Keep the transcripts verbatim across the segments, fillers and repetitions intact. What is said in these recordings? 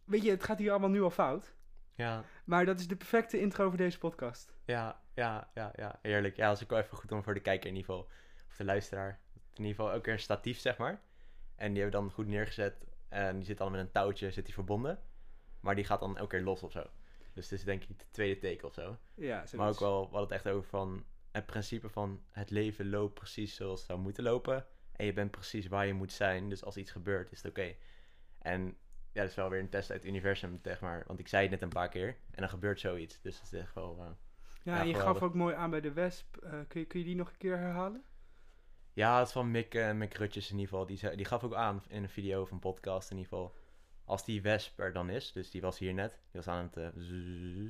weet je, het gaat hier allemaal nu al fout. Ja, Maar dat is de perfecte intro voor deze podcast. ja, ja, ja, ja, eerlijk. Ja, dat is ook wel even goed om voor de kijker in ieder geval, of de luisteraar, in ieder geval ook weer een statief, zeg maar. En die hebben we dan goed neergezet en die zit dan met een touwtje, zit die verbonden. Maar die gaat dan elke keer los of zo. Dus het is denk ik het tweede teken of zo. Ja, zoiets. Maar ook wel, we hadden het echt over van het principe van het leven loopt precies zoals het zou moeten lopen. En je bent precies waar je moet zijn. Dus als iets gebeurt, is het oké. En ja, dat is wel weer een test uit het universum, zeg maar. Want ik zei het net een paar keer. En dan gebeurt zoiets. Dus het is echt wel... Uh, Ja, ja, en je gaf geweldig. ook mooi aan bij de wesp. Uh, kun, je, kun je die nog een keer herhalen? Ja, het is van Mick, uh, Mick Rutjes in ieder geval. Die, zei, die gaf ook aan in een video of een podcast in ieder geval. Als die wesp er dan is. Dus die was hier net. Die was aan het... Uh, zzz.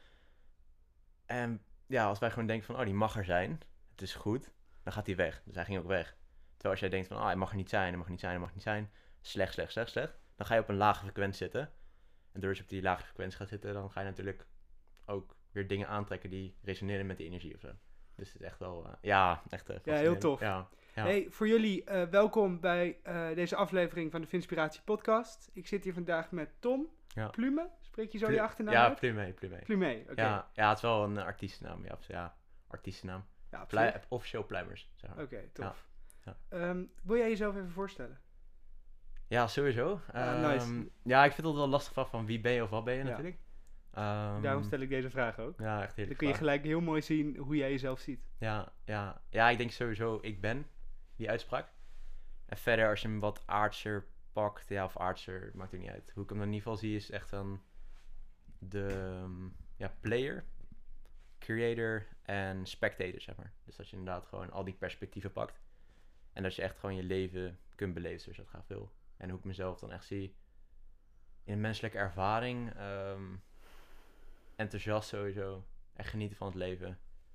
En ja, als wij gewoon denken van... Oh, die mag er zijn. Het is goed. Dan gaat hij weg. Dus hij ging ook weg. Terwijl als jij denkt van... Oh, hij mag er niet zijn. Hij mag er niet zijn. Hij mag er niet zijn. Slecht, slecht, slecht, slecht. Dan ga je op een lage frequentie zitten. En doordat je op die lage frequentie gaat zitten... Dan ga je natuurlijk ook weer dingen aantrekken... die resoneren met die energie of zo. Dus het is echt wel... Uh, ja, echt uh, Ja, heel tof. Ja, ja. Hey, voor jullie uh, welkom bij uh, deze aflevering van de Vinspiratie podcast. Ik zit hier vandaag met Tom Ja. Plume. Spreek je zo Plu- je achternaam Ja, uit? Plume, Plume. Plume, oké. Okay. Ja, ja, het is wel een uh, artiestennaam. Ja, ja, artiestennaam. Ja, Plui- officieel Pluimers, zeg maar. Oké, okay, tof. Ja. Ja. Um, wil jij jezelf even voorstellen? Ja, sowieso. Ah, um, nice. Ja, ik vind het wel lastig van, van wie ben je of wat ben je ja. natuurlijk. Um, Daarom stel ik deze vraag ook. Ja, echt heerlijk. Dan kun je vraag. gelijk heel mooi zien hoe jij jezelf ziet. Ja, ja. ja, ik denk sowieso ik ben, die uitspraak. En verder als je hem wat aardser pakt, ja, of aardser, maakt het niet uit. Hoe ik hem dan in ieder geval zie is echt dan de um, ja, player, creator en spectator, zeg maar. Dus dat je inderdaad gewoon al die perspectieven pakt. En dat je echt gewoon je leven kunt beleven, dus dat gaat veel. En hoe ik mezelf dan echt zie in een menselijke ervaring, um, enthousiast sowieso, echt genieten van het leven.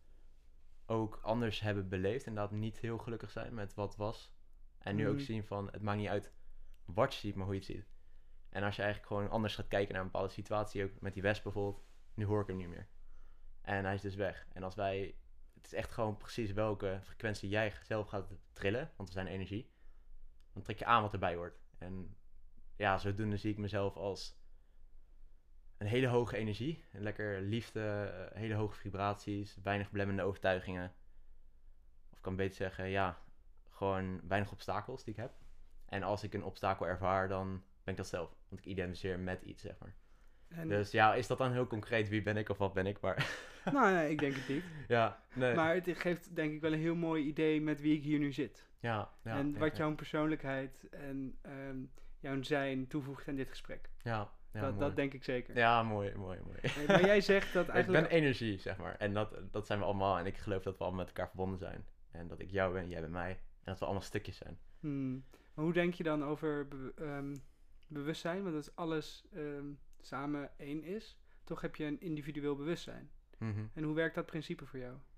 Ook anders hebben beleefd, inderdaad niet heel gelukkig zijn met wat was. En nu mm. ook zien van, het maakt niet uit wat je ziet, maar hoe je het ziet. En als je eigenlijk gewoon anders gaat kijken naar een bepaalde situatie, ook met die wesp bijvoorbeeld, nu hoor ik hem niet meer. En hij is dus weg. En als wij, het is echt gewoon precies welke frequentie jij zelf gaat trillen, want we zijn energie, dan trek je aan wat erbij hoort. En ja, zodoende zie ik mezelf als een hele hoge energie, een lekker liefde, hele hoge vibraties, weinig belemmerende overtuigingen. Of ik kan beter zeggen, ja, gewoon weinig obstakels die ik heb. En als ik een obstakel ervaar, dan ben ik dat zelf. Want ik identificeer met iets, zeg maar. En dus ja, is dat dan heel concreet, wie ben ik of wat ben ik? Maar nou, nee, ik denk het niet. Ja, nee. Maar het geeft denk ik wel een heel mooi idee met wie ik hier nu zit. Ja, ja. En ja, wat ja. jouw persoonlijkheid en um, jouw zijn toevoegt aan dit gesprek. Ja, ja dat, dat denk ik zeker. Ja, mooi, mooi, mooi. Nee, maar jij zegt dat eigenlijk... Ik ben energie, zeg maar. En dat, dat zijn we allemaal. En ik geloof dat we allemaal met elkaar verbonden zijn. En dat ik jou ben, jij bent mij. En dat we allemaal stukjes zijn. Hmm. Maar hoe denk je dan over be- um, bewustzijn? Want als alles um, samen één is, toch heb je een individueel bewustzijn. Mm-hmm. En hoe werkt dat principe voor jou?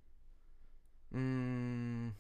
Mm.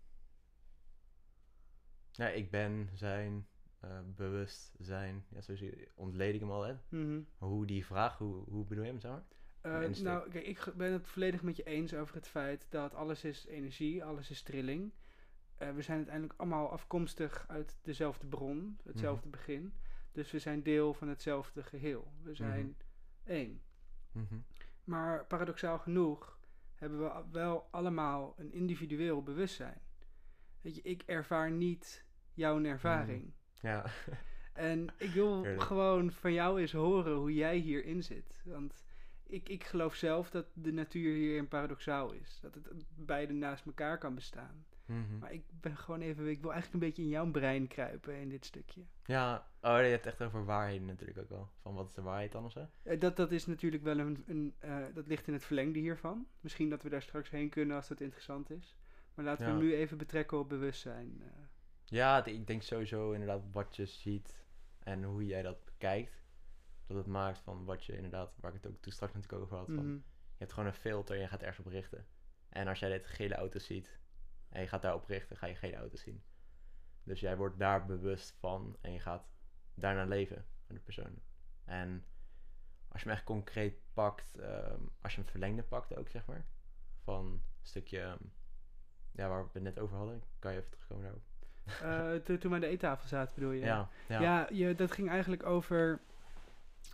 Ja, ik ben, zijn, uh, bewust zijn. Ja, zo ontleed ik hem al, hè. Mm-hmm. Hoe die vraag, hoe, hoe bedoel je hem, zeg maar? Uh, nou, kijk, ik ben het volledig met je eens over het feit dat alles is energie, alles is trilling. Uh, we zijn uiteindelijk allemaal afkomstig uit dezelfde bron, hetzelfde mm-hmm. begin. Dus we zijn deel van hetzelfde geheel. We zijn mm-hmm. één. Mm-hmm. Maar paradoxaal genoeg hebben we wel allemaal een individueel bewustzijn. Weet je, ik ervaar niet jouw ervaring. Mm. Ja. En ik wil Heerlijk. gewoon van jou eens horen hoe jij hierin zit. Want ik, ik geloof zelf dat de natuur hierin paradoxaal is. Dat het beide naast elkaar kan bestaan. Mm-hmm. Maar ik ben gewoon even, ik wil eigenlijk een beetje in jouw brein kruipen in dit stukje. Ja, oh, je hebt het echt over waarheden natuurlijk ook wel. Van wat is de waarheid dan of zo? Dat, dat is natuurlijk wel een, een uh, dat ligt in het verlengde hiervan. Misschien dat we daar straks heen kunnen als dat interessant is. Maar laten ja. we hem nu even betrekken op bewustzijn. Uh. Ja, ik denk sowieso inderdaad wat je ziet en hoe jij dat bekijkt. Dat het maakt van wat je inderdaad, waar ik het ook toen straks natuurlijk over had. Van, mm-hmm. Je hebt gewoon een filter en je gaat ergens op richten. En als jij dit gele auto ziet en je gaat daarop richten, ga je gele auto zien. Dus jij wordt daar bewust van en je gaat daarna leven van de persoon. En als je hem echt concreet pakt, um, als je hem verlengde pakt ook, zeg maar. Van een stukje, um, ja, waar we het net over hadden. Kan je even terugkomen daarop? Uh, to, toen we aan de eettafel zaten, bedoel je? Ja. Ja, ja je, dat ging eigenlijk over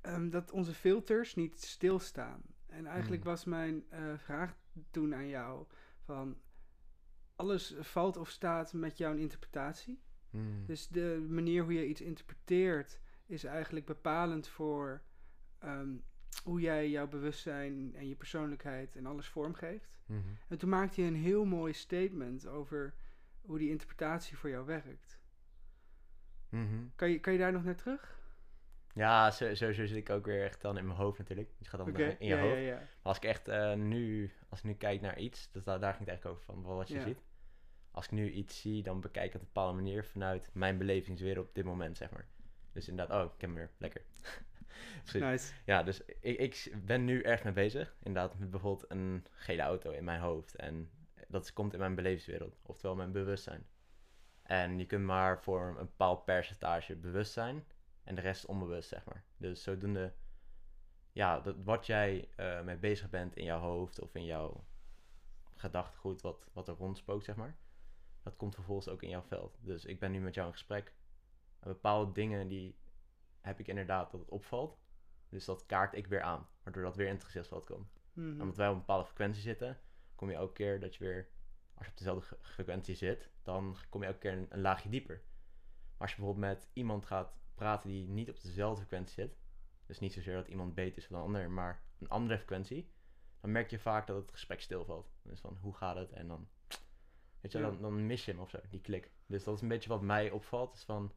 um, dat onze filters niet stilstaan. En eigenlijk Mm. was mijn uh, vraag toen aan jou van alles valt of staat met jouw interpretatie. Mm. Dus de manier hoe je iets interpreteert is eigenlijk bepalend voor um, hoe jij jouw bewustzijn en je persoonlijkheid en alles vormgeeft. Mm-hmm. En toen maakte je een heel mooi statement over hoe die interpretatie voor jou werkt. Mm-hmm. Kan je, kan je daar nog naar terug? Ja, zo, sowieso zit ik ook weer echt dan in mijn hoofd natuurlijk. Dus je gaat dan Okay. uh, in je ja, hoofd. Ja, ja. Maar als ik echt uh, nu, als ik nu kijk naar iets, dus daar, daar ging het eigenlijk over van wat je ja. ziet. Als ik nu iets zie, dan bekijk ik het op een bepaalde manier vanuit mijn belevingswereld op dit moment, zeg maar. Dus inderdaad, oh, ik heb hem weer, lekker. Nice. Ja, dus ik, ik ben nu erg mee bezig. Inderdaad, met bijvoorbeeld een gele auto in mijn hoofd. En dat komt in mijn belevingswereld, oftewel mijn bewustzijn. En je kunt maar voor een bepaald percentage bewust zijn en de rest onbewust, zeg maar. Dus zodoende, ja, dat, wat jij uh, mee bezig bent in jouw hoofd of in jouw gedachtegoed, wat, wat er rondspookt, zeg maar. Dat komt vervolgens ook in jouw veld. Dus ik ben nu met jou in gesprek. En bepaalde dingen die heb ik inderdaad dat het opvalt. Dus dat kaart ik weer aan. Waardoor dat weer in het gezichtsveld komt. Mm-hmm. Omdat wij op een bepaalde frequentie zitten, kom je elke keer dat je weer, als je op dezelfde ge- frequentie zit, dan kom je elke keer een, een laagje dieper. Maar als je bijvoorbeeld met iemand gaat praten die niet op dezelfde frequentie zit, dus niet zozeer dat iemand beter is dan een ander, maar een andere frequentie, dan merk je vaak dat het gesprek stilvalt. Dus van, hoe gaat het? En dan, weet je, Ja. dan, dan mis je hem of zo, die klik. Dus dat is een beetje wat mij opvalt, is van,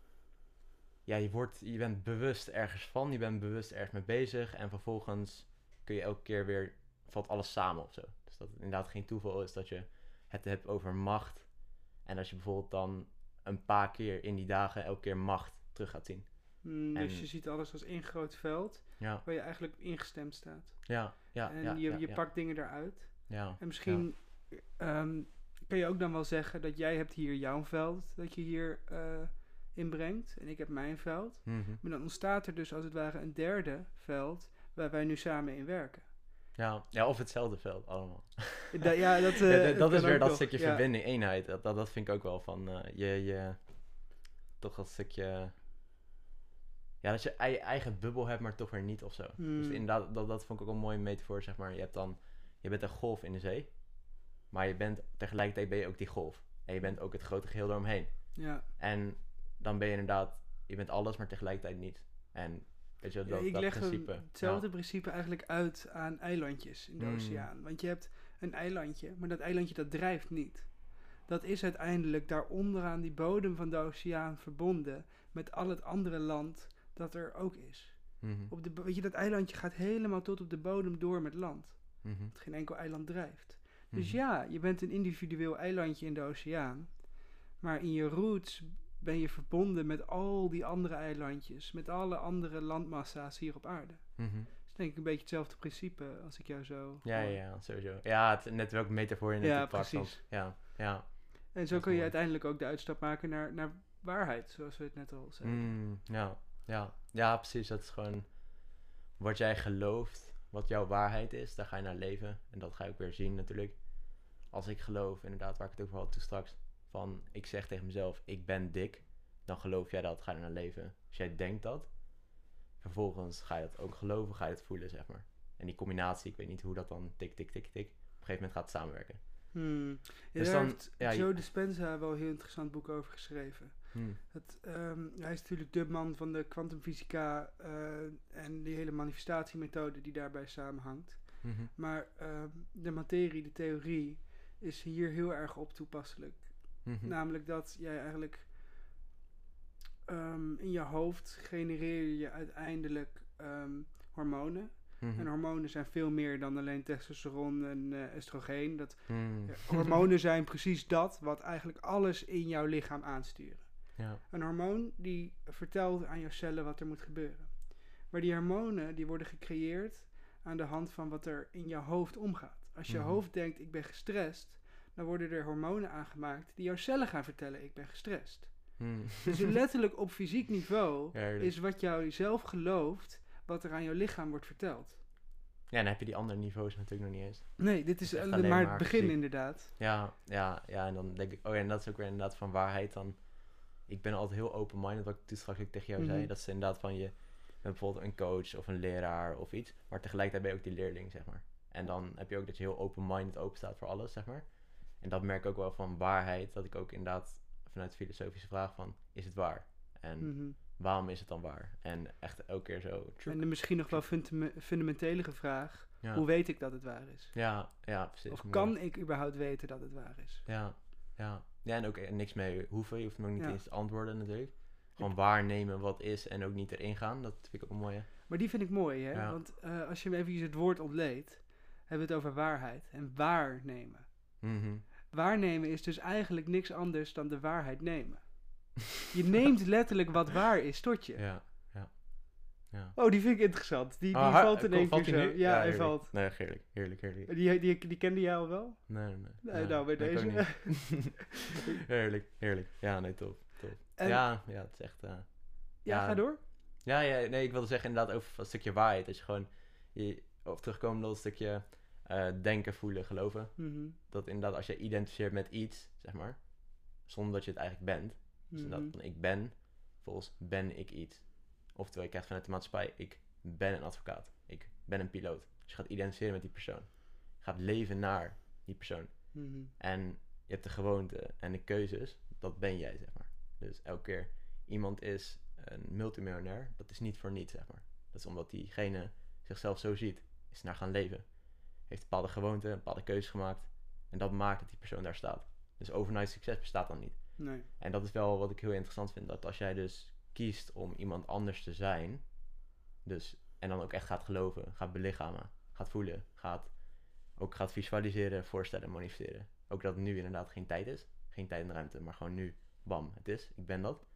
ja, je, wordt, je bent bewust ergens van, je bent bewust ergens mee bezig en vervolgens kun je elke keer weer, valt alles samen of zo. Dus dat het inderdaad geen toeval is dat je het hebt over macht en dat je bijvoorbeeld dan een paar keer in die dagen elke keer macht terug gaat zien. Mm, en, dus je ziet alles als één groot veld ja. waar je eigenlijk ingestemd staat. Ja, ja, en ja, je, ja, je ja. pakt dingen eruit. Ja, en misschien ja. um, kun je ook dan wel zeggen dat jij hebt hier jouw veld dat je hier uh, inbrengt en ik heb mijn veld. Mm-hmm. Maar dan ontstaat er dus als het ware een derde veld waar wij nu samen in werken. Ja, ja, of hetzelfde veld allemaal. Da, ja, dat, uh, ja, d- dat is weer dat nog. stukje ja. verbinding, eenheid. Dat, dat, dat vind ik ook wel van uh, je, je, toch dat stukje, ja, dat je ei, eigen bubbel hebt, maar toch weer niet of zo. Hmm. Dus inderdaad, dat, dat vond ik ook een mooie metafoor, zeg maar. Je hebt dan, je bent een golf in de zee, maar je bent, tegelijkertijd ben je ook die golf. En je bent ook het grote geheel eromheen. Ja. En dan ben je inderdaad, je bent alles, maar tegelijkertijd niet. En weet je, dat, ja, ik dat leg principe. hetzelfde ja. principe eigenlijk uit aan eilandjes in de Mm. oceaan. Want je hebt een eilandje, maar dat eilandje dat drijft niet. Dat is uiteindelijk daar onderaan die bodem van de oceaan verbonden met al het andere land dat er ook is. Mm-hmm. Op de, weet je, dat eilandje gaat helemaal tot op de bodem door met land. Mm-hmm. Dat geen enkel eiland drijft. Mm-hmm. Dus ja, je bent een individueel eilandje in de oceaan. Maar in je roots ben je verbonden met al die andere eilandjes. Met alle andere landmassa's hier op aarde. Mm-hmm. Dat is denk ik een beetje hetzelfde principe als ik jou zo... Ja, ja, ja, sowieso. Ja, het, net welke metafoor je net Ja, toepakt, precies. want- Ja, ja. En zo Dat is kun je mooi. uiteindelijk ook de uitstap maken naar, naar waarheid, zoals we het net al zeiden. Mm, ja, ja. Ja, precies. Dat is gewoon wat jij gelooft, wat jouw waarheid is, daar ga je naar leven. En dat ga je ook weer zien natuurlijk. Als ik geloof, inderdaad, waar ik het over had toen straks, van ik zeg tegen mezelf, ik ben dik, dan geloof jij dat, ga je er naar leven. Als jij denkt dat, vervolgens ga je dat ook geloven, ga je het voelen, zeg maar. En die combinatie, ik weet niet hoe dat dan tik, tik, tik, tik, op een gegeven moment gaat samenwerken. Hmm. Ja, Dus daar dan- heeft ja, je- Joe Dispenza wel een heel interessant boek over geschreven. Hmm. Het, um, hij is natuurlijk de man van de kwantumfysica uh, en die hele manifestatiemethode die daarbij samenhangt. Mhm. Maar um, de materie, de theorie, is hier heel erg op toepasselijk. Mhm. Namelijk dat jij eigenlijk um, in je hoofd genereer je uiteindelijk um, hormonen. Mhm. En hormonen zijn veel meer dan alleen testosteron en uh, estrogeen. Dat, Hmm. ja, hormonen zijn precies dat wat eigenlijk alles in jouw lichaam aansturen. Ja. Een hormoon die vertelt aan jouw cellen wat er moet gebeuren. Maar die hormonen die worden gecreëerd aan de hand van wat er in jouw hoofd omgaat. Als je Mhm. hoofd denkt ik ben gestrest, dan worden er hormonen aangemaakt die jouw cellen gaan vertellen ik ben gestrest. Hmm. Dus letterlijk op fysiek niveau Ja, heerlijk. is wat jou zelf gelooft wat er aan jouw lichaam wordt verteld. Ja, dan heb je die andere niveaus natuurlijk nog niet eens. Nee, dit is Echt uh, alleen maar het maar begin fysiek. inderdaad. Ja, ja, ja, en dan denk ik, oh ja, en dat is ook weer inderdaad van waarheid dan. Ik ben altijd heel open-minded, wat ik toen straks ook tegen jou Mhm. zei. Dat is inderdaad van je bijvoorbeeld een coach of een leraar of iets. Maar tegelijkertijd ben je ook die leerling, zeg maar. En dan heb je ook dat je heel open-minded open staat voor alles, zeg maar. En dat merk ik ook wel van waarheid. Dat ik ook inderdaad vanuit de filosofische vraag van, is het waar? En Mhm. waarom is het dan waar? En echt elke keer zo... True. En de misschien nog wel fundame- fundamentelere vraag. Ja. Hoe weet ik dat het waar is? Ja, ja, precies. Of mooi. kan ik überhaupt weten dat het waar is? Ja, ja. Ja, en ook eh, niks mee hoeven. Je hoeft hem ook niet Ja. eens te antwoorden natuurlijk. Gewoon waarnemen wat is en ook niet erin gaan. Dat vind ik ook een mooie. Maar die vind ik mooi, hè? Ja. Want uh, als je hem even het woord ontleedt, hebben we het over waarheid. En waarnemen. Mhm. Waarnemen is dus eigenlijk niks anders dan de waarheid nemen. Je neemt letterlijk wat waar is tot je. Ja, ja, ja. Oh, die vind ik interessant. Die, die Oh, ha- valt in één keer valt zo. die nu? Ja, hij heerlijk. valt. Nee, heerlijk, heerlijk, heerlijk. Die, die, die kende jij al wel? Nee, nee, nee. Nee, nou, bij nee, ik ook deze. niet. heerlijk, heerlijk. Ja, nee, top, top. En- ja, ja, het is echt... eh, Ja, Ja. ga door. Ja, ja, nee, ik wilde zeggen inderdaad over een stukje waarheid. Dat je gewoon... Je, of terugkomen op het stukje eh, denken, voelen, geloven. Mhm. Dat inderdaad als je identificeert met iets, zeg maar... Zonder dat je het eigenlijk bent. Dus Mhm. inderdaad, van ik ben... Volgens ben ik iets. Oftewel, je krijgt vanuit de maatschappij... Ik ben een advocaat. Ik ben een piloot. Dus je gaat identificeren met die persoon. Je gaat leven naar die persoon. Mhm. En je hebt de gewoonte en de keuzes. Dat ben jij, zeg maar. Dus elke keer iemand is een multimiljonair. Dat is niet voor niets, zeg maar. Dat is omdat diegene zichzelf zo ziet. Is naar gaan leven. Heeft bepaalde gewoonten, bepaalde keuzes gemaakt. En dat maakt dat die persoon daar staat. Dus overnight succes bestaat dan niet. Nee. En dat is wel wat ik heel interessant vind. Dat als jij dus kiest om iemand anders te zijn. Dus, en dan ook echt gaat geloven. Gaat belichamen. Gaat voelen. Gaat, ook gaat visualiseren, voorstellen, manifesteren. Ook dat nu inderdaad geen tijd is. Geen tijd en ruimte. Maar gewoon nu. Bam. Het is. Ik ben dat.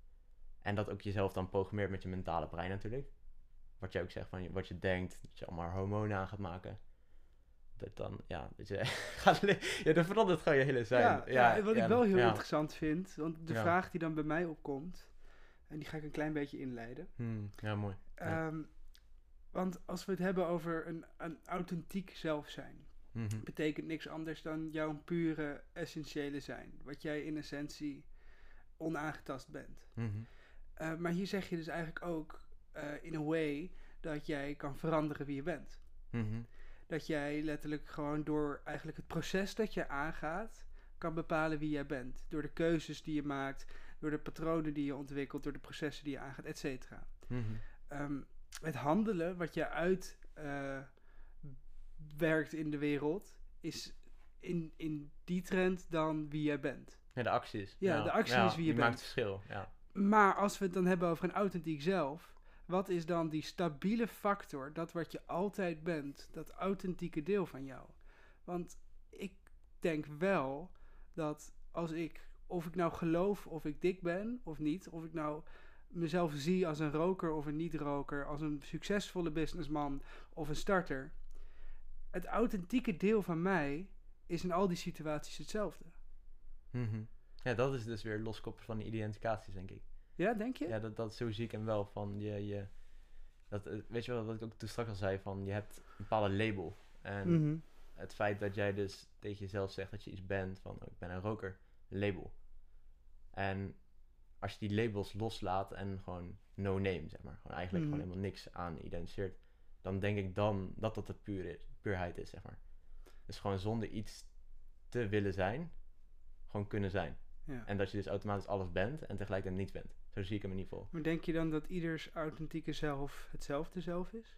En dat ook jezelf dan programmeert met je mentale brein natuurlijk. Wat je ook zegt van je- wat je denkt. Dat je allemaal hormonen aan gaat maken. Dat dan, ja, dat je gaat le- ja, dat verandert gewoon je hele zijn. Ja, ja, wat ja, ik wel heel ja. interessant vind, want de Ja. vraag die dan bij mij opkomt, en die ga ik een klein beetje inleiden. Hmm, ja, mooi. Ja. Ehm, want als we het hebben over een, een authentiek zelf zijn, Mhm. betekent niks anders dan jouw pure essentiële zijn. Wat jij in essentie onaangetast bent. Mhm. Uh, maar hier zeg je dus eigenlijk ook, uh, in a way, dat jij kan veranderen wie je bent. Mhm. Dat jij letterlijk gewoon door eigenlijk het proces dat je aangaat, kan bepalen wie jij bent. Door de keuzes die je maakt, door de patronen die je ontwikkelt, door de processen die je aangaat, et cetera. Mhm. Um, het handelen wat je uit uh, werkt in de wereld, is in, in die trend dan wie jij bent. Ja, de actie is. Ja, de actie is wie je die bent. maakt het verschil, ja. Maar als we het dan hebben over een authentiek zelf, wat is dan die stabiele factor, dat wat je altijd bent, dat authentieke deel van jou? Want ik denk wel dat als ik, of ik nou geloof of ik dik ben of niet, of ik nou mezelf zie als een roker of een niet-roker, als een succesvolle businessman of een starter, het authentieke deel van mij is in al die situaties hetzelfde. Mhm. Ja, dat is dus weer loskoppelen van die identificaties, denk ik. Ja, denk je? Ja, dat, dat zo zie ik hem wel. Van je, je, dat, eh, weet je wel, wat ik ook toen straks al zei, van je hebt een bepaalde label. En Mhm. het feit dat jij dus tegen jezelf zegt dat je iets bent, van oh, ik ben een roker, een label. En als je die labels loslaat en gewoon no name, zeg maar, gewoon eigenlijk Mhm. gewoon helemaal niks aan identificeert, dan denk ik dan dat dat de puur is, puurheid is, zeg maar. Dus gewoon zonder iets te willen zijn, gewoon kunnen zijn. Ja. En dat je dus automatisch alles bent en tegelijkertijd niets bent. Zo zie ik hem in ieder geval. Maar denk je dan dat ieders authentieke zelf hetzelfde zelf is?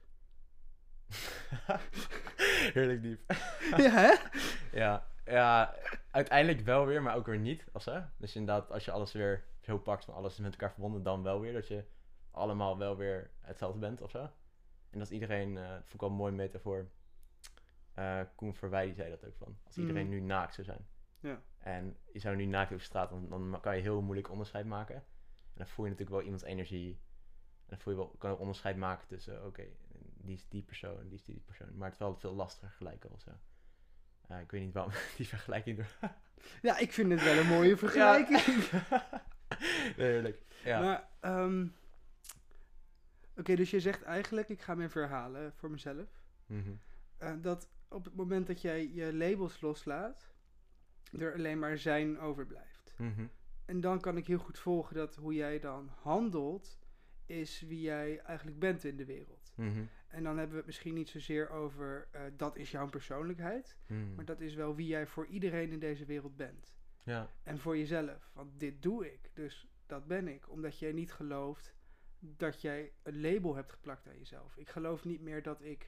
Heerlijk diep. Ja, hè? ja, ja, uiteindelijk wel weer, maar ook weer niet. Of zo. Dus inderdaad, als je alles weer zo pakt van alles is met elkaar verbonden, dan wel weer. Dat je allemaal wel weer hetzelfde bent of zo. En dat is iedereen, uh, vond ik wel een mooie metafoor. Uh, Koen Verwij die zei dat ook van. Als iedereen Mm. nu naakt zou zijn. Ja. En je zou nu naakt over straat, dan, dan kan je heel moeilijk onderscheid maken. En dan voel je natuurlijk wel iemands energie. En dan voel je wel, kan je onderscheid maken tussen, oké, okay, die is die persoon en die is die persoon. Maar het is wel veel lastiger gelijk al zo. Uh, ik weet niet waarom die vergelijking door. Ja, ik vind het wel een mooie vergelijking. Heerlijk. Ja. Maar, um, oké, okay, dus je zegt eigenlijk, ik ga me verhalen voor mezelf. Mm-hmm. Uh, dat op het moment dat jij je labels loslaat, er alleen maar zijn overblijft. Mm-hmm. En dan kan ik heel goed volgen dat hoe jij dan handelt, is wie jij eigenlijk bent in de wereld. Mhm. En dan hebben we het misschien niet zozeer over uh, dat is jouw persoonlijkheid. Mhm. Maar dat is wel wie jij voor iedereen in deze wereld bent. Ja. En voor jezelf. Want dit doe ik. Dus dat ben ik. Omdat jij niet gelooft dat jij een label hebt geplakt aan jezelf. Ik geloof niet meer dat ik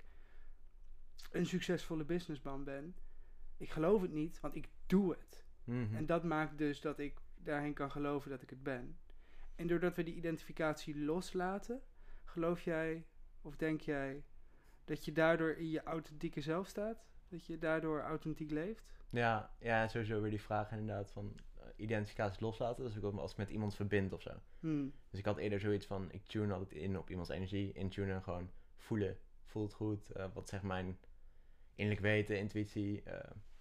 een succesvolle businessman ben. Ik geloof het niet, want ik doe het. Mhm. En dat maakt dus dat ik daarheen kan geloven dat ik het ben. En doordat we die identificatie loslaten, geloof jij of denk jij dat je daardoor in je authentieke zelf staat? Dat je daardoor authentiek leeft? Ja, ja, sowieso weer die vraag inderdaad van uh, identificatie loslaten. Dus ik ook als ik met iemand verbind of zo. Hmm. Dus ik had eerder zoiets van, ik tune altijd in op iemands energie. Intunen en gewoon voelen. Voelt goed. Uh, wat zegt mijn innerlijk weten, intuïtie. Uh,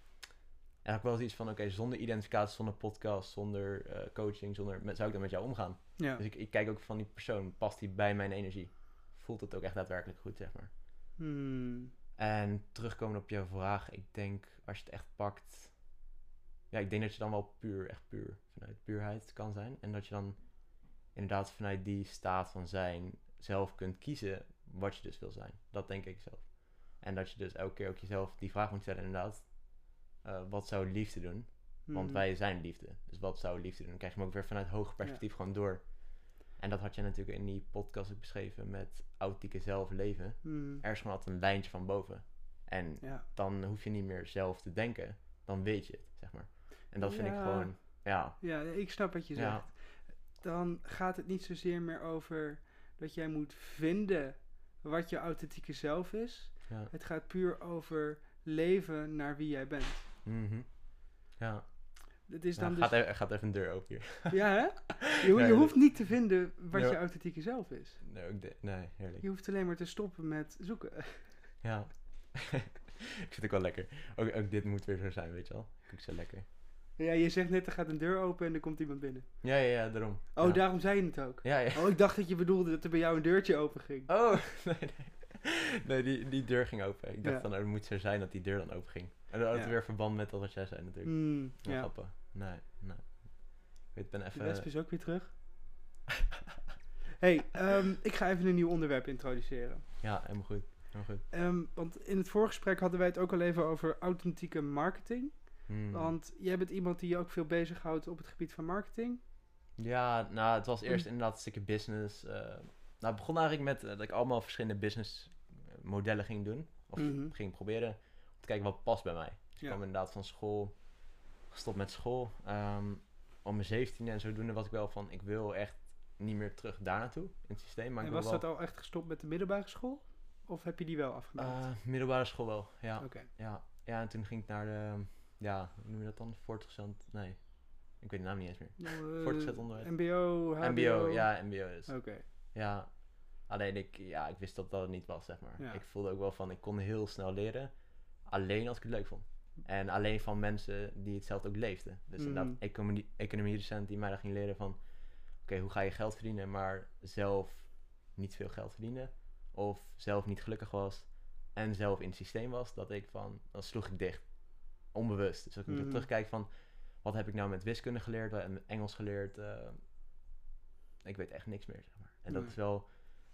en had ik wel zoiets van, oké, okay, zonder identificatie, zonder podcast, zonder uh, coaching, zonder, met, zou ik dan met jou omgaan? Ja. Dus ik, ik kijk ook van die persoon, past die bij mijn energie? Voelt het ook echt daadwerkelijk goed, zeg maar. Hmm. En terugkomen op jouw vraag, ik denk, als je het echt pakt... Ja, ik denk dat je dan wel puur, echt puur, vanuit puurheid kan zijn. En dat je dan inderdaad vanuit die staat van zijn zelf kunt kiezen wat je dus wil zijn. Dat denk ik zelf. En dat je dus elke keer ook jezelf die vraag moet stellen, inderdaad. Uh, wat zou liefde doen? Hmm. Want wij zijn liefde. Dus wat zou liefde doen? Dan krijg je hem ook weer vanuit hoger perspectief ja. gewoon door. En dat had je natuurlijk in die podcast ook beschreven met authentieke zelf leven. Hmm. Er is gewoon altijd een lijntje van boven. En ja. dan hoef je niet meer zelf te denken. Dan weet je het, zeg maar. En dat vind ja. ik gewoon, ja. Ja, ik snap wat je zegt. Ja. Dan gaat het niet zozeer meer over dat jij moet vinden wat je authentieke zelf is. Ja. Het gaat puur over leven naar wie jij bent. Mm-hmm. Ja. Het is ja, dan gaat, dus... even, gaat even een deur open hier. Ja, hè? Je, ho- nee, je hoeft nee. niet te vinden wat Ja. je authentieke zelf is. Nee, ik de- nee, heerlijk. Je hoeft alleen maar te stoppen met zoeken. Ja. Ik vind het ook wel lekker. Ook, ook dit moet weer zo zijn, weet je wel. Ik vind het zo lekker. Ja, je zegt net, er gaat een deur open en er komt iemand binnen. Ja, ja, ja, daarom. Oh, ja. daarom zei je het ook. Ja, ja. Oh, ik dacht dat je bedoelde dat er bij jou een deurtje open ging. Oh, nee, nee. Nee, die, die deur ging open. Ik dacht Ja. dan, oh, het moet zo zijn dat die deur dan open ging. En dat had Ja. weer verband met dat wat jij zei natuurlijk. Hmm, Ja, ja. grappig. Nee, nee. Ik weet, ben De even... wesp is ook weer terug. hey, um, ik ga even een nieuw onderwerp introduceren. Ja, helemaal goed. Helemaal goed. Um, want in het voorgesprek hadden wij het ook al even over authentieke marketing. Hmm. Want jij bent iemand die je ook veel bezighoudt op het gebied van marketing. Ja, nou, het was eerst Mm. inderdaad een stukje business. Uh, nou, het begon eigenlijk met uh, dat ik allemaal verschillende business modellen ging doen. Of Mm-hmm. ging proberen om te kijken wat past bij mij. Dus ik Ja. kwam inderdaad van school, gestopt met school. Um, om mijn zeventiende en zodoende was ik wel van, ik wil echt niet meer terug daar naartoe in het systeem. Maar En ik wil was wel, dat al echt gestopt met de middelbare school? Of heb je die wel afgemaakt? Uh, middelbare school wel, ja. Oké. Okay. ja. Ja, en toen ging ik naar de, ja, hoe noem je dat dan? Voortgezet, nee. Ik weet de naam niet eens meer. Uh, Voortgezet onderwijs. M B O, H B O? M B O, ja, M B O is. Oké. Okay. Ja, alleen ik, ja, ik wist dat dat het niet was, zeg maar. Ja. Ik voelde ook wel van, ik kon heel snel leren. Alleen als ik het leuk vond. En alleen van mensen die hetzelfde ook leefden. Dus Mm. inderdaad, economie, economiedocent die mij dan ging leren van... Oké, okay, hoe ga je geld verdienen, maar zelf niet veel geld verdienen. Of zelf niet gelukkig was. En zelf in het systeem was. Dat ik van, dan sloeg ik dicht. Onbewust. Dus als ik Mm. terugkijk van... Wat heb ik nou met wiskunde geleerd? Wat heb ik met Engels geleerd? Uh, ik weet echt niks meer, zeg maar. En dat Nee. is wel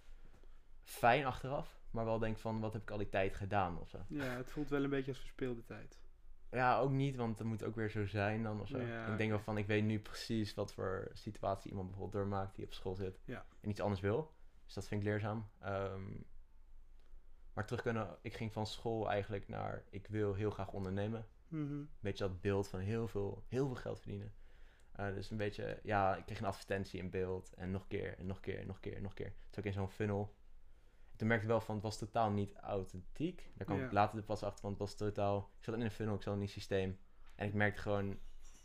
fijn achteraf. Maar wel denk van, wat heb ik al die tijd gedaan of zo. Ja, het voelt wel een beetje als verspilde tijd. Ja, ook niet, want het moet ook weer zo zijn dan of zo. Ja, ik denk okay. wel van, ik weet nu precies wat voor situatie iemand bijvoorbeeld doormaakt die op school zit. Ja. En iets anders wil. Dus dat vind ik leerzaam. Um, maar terug kunnen, ik ging van school eigenlijk naar, ik wil heel graag ondernemen. Mm-hmm. Beetje dat beeld van heel veel, heel veel geld verdienen. Uh, dus een beetje, ja, ik kreeg een advertentie in beeld. En nog een keer, en nog een keer, en nog een keer, en nog een keer. Dus ook in zo'n funnel. Toen merkte ik wel van, het was totaal niet authentiek. Daar kwam Ja. ik later pas achter, want het was totaal... Ik zat in een funnel, ik zat in een systeem. En ik merkte gewoon...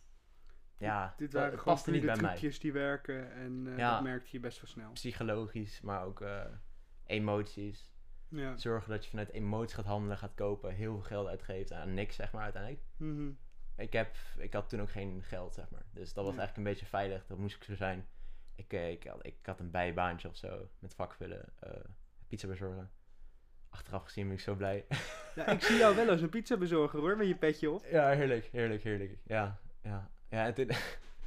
Ja, Dit dat- waren het gewoon paste niet puur de bij mij. trucjes die werken en uh, Ja. dat merkte je best wel snel. Psychologisch, maar ook uh, emoties. Ja. Zorgen dat je vanuit emoties gaat handelen, gaat kopen. Heel veel geld uitgeeft aan niks, zeg maar, uiteindelijk. Mm-hmm. Ik, heb, ik had toen ook geen geld, zeg maar. Dus dat was Ja. eigenlijk een beetje veilig. Dat moest ik zo zijn. Ik, eh, ik, had, ik had een bijbaantje of zo. Met vakvullen. Uh, pizza bezorgen. Achteraf gezien ben ik zo blij. Ja, ik zie jou wel als een pizzabezorger hoor, met je petje op. Ja, heerlijk, heerlijk, heerlijk. Ja, ja. Ja, en toen...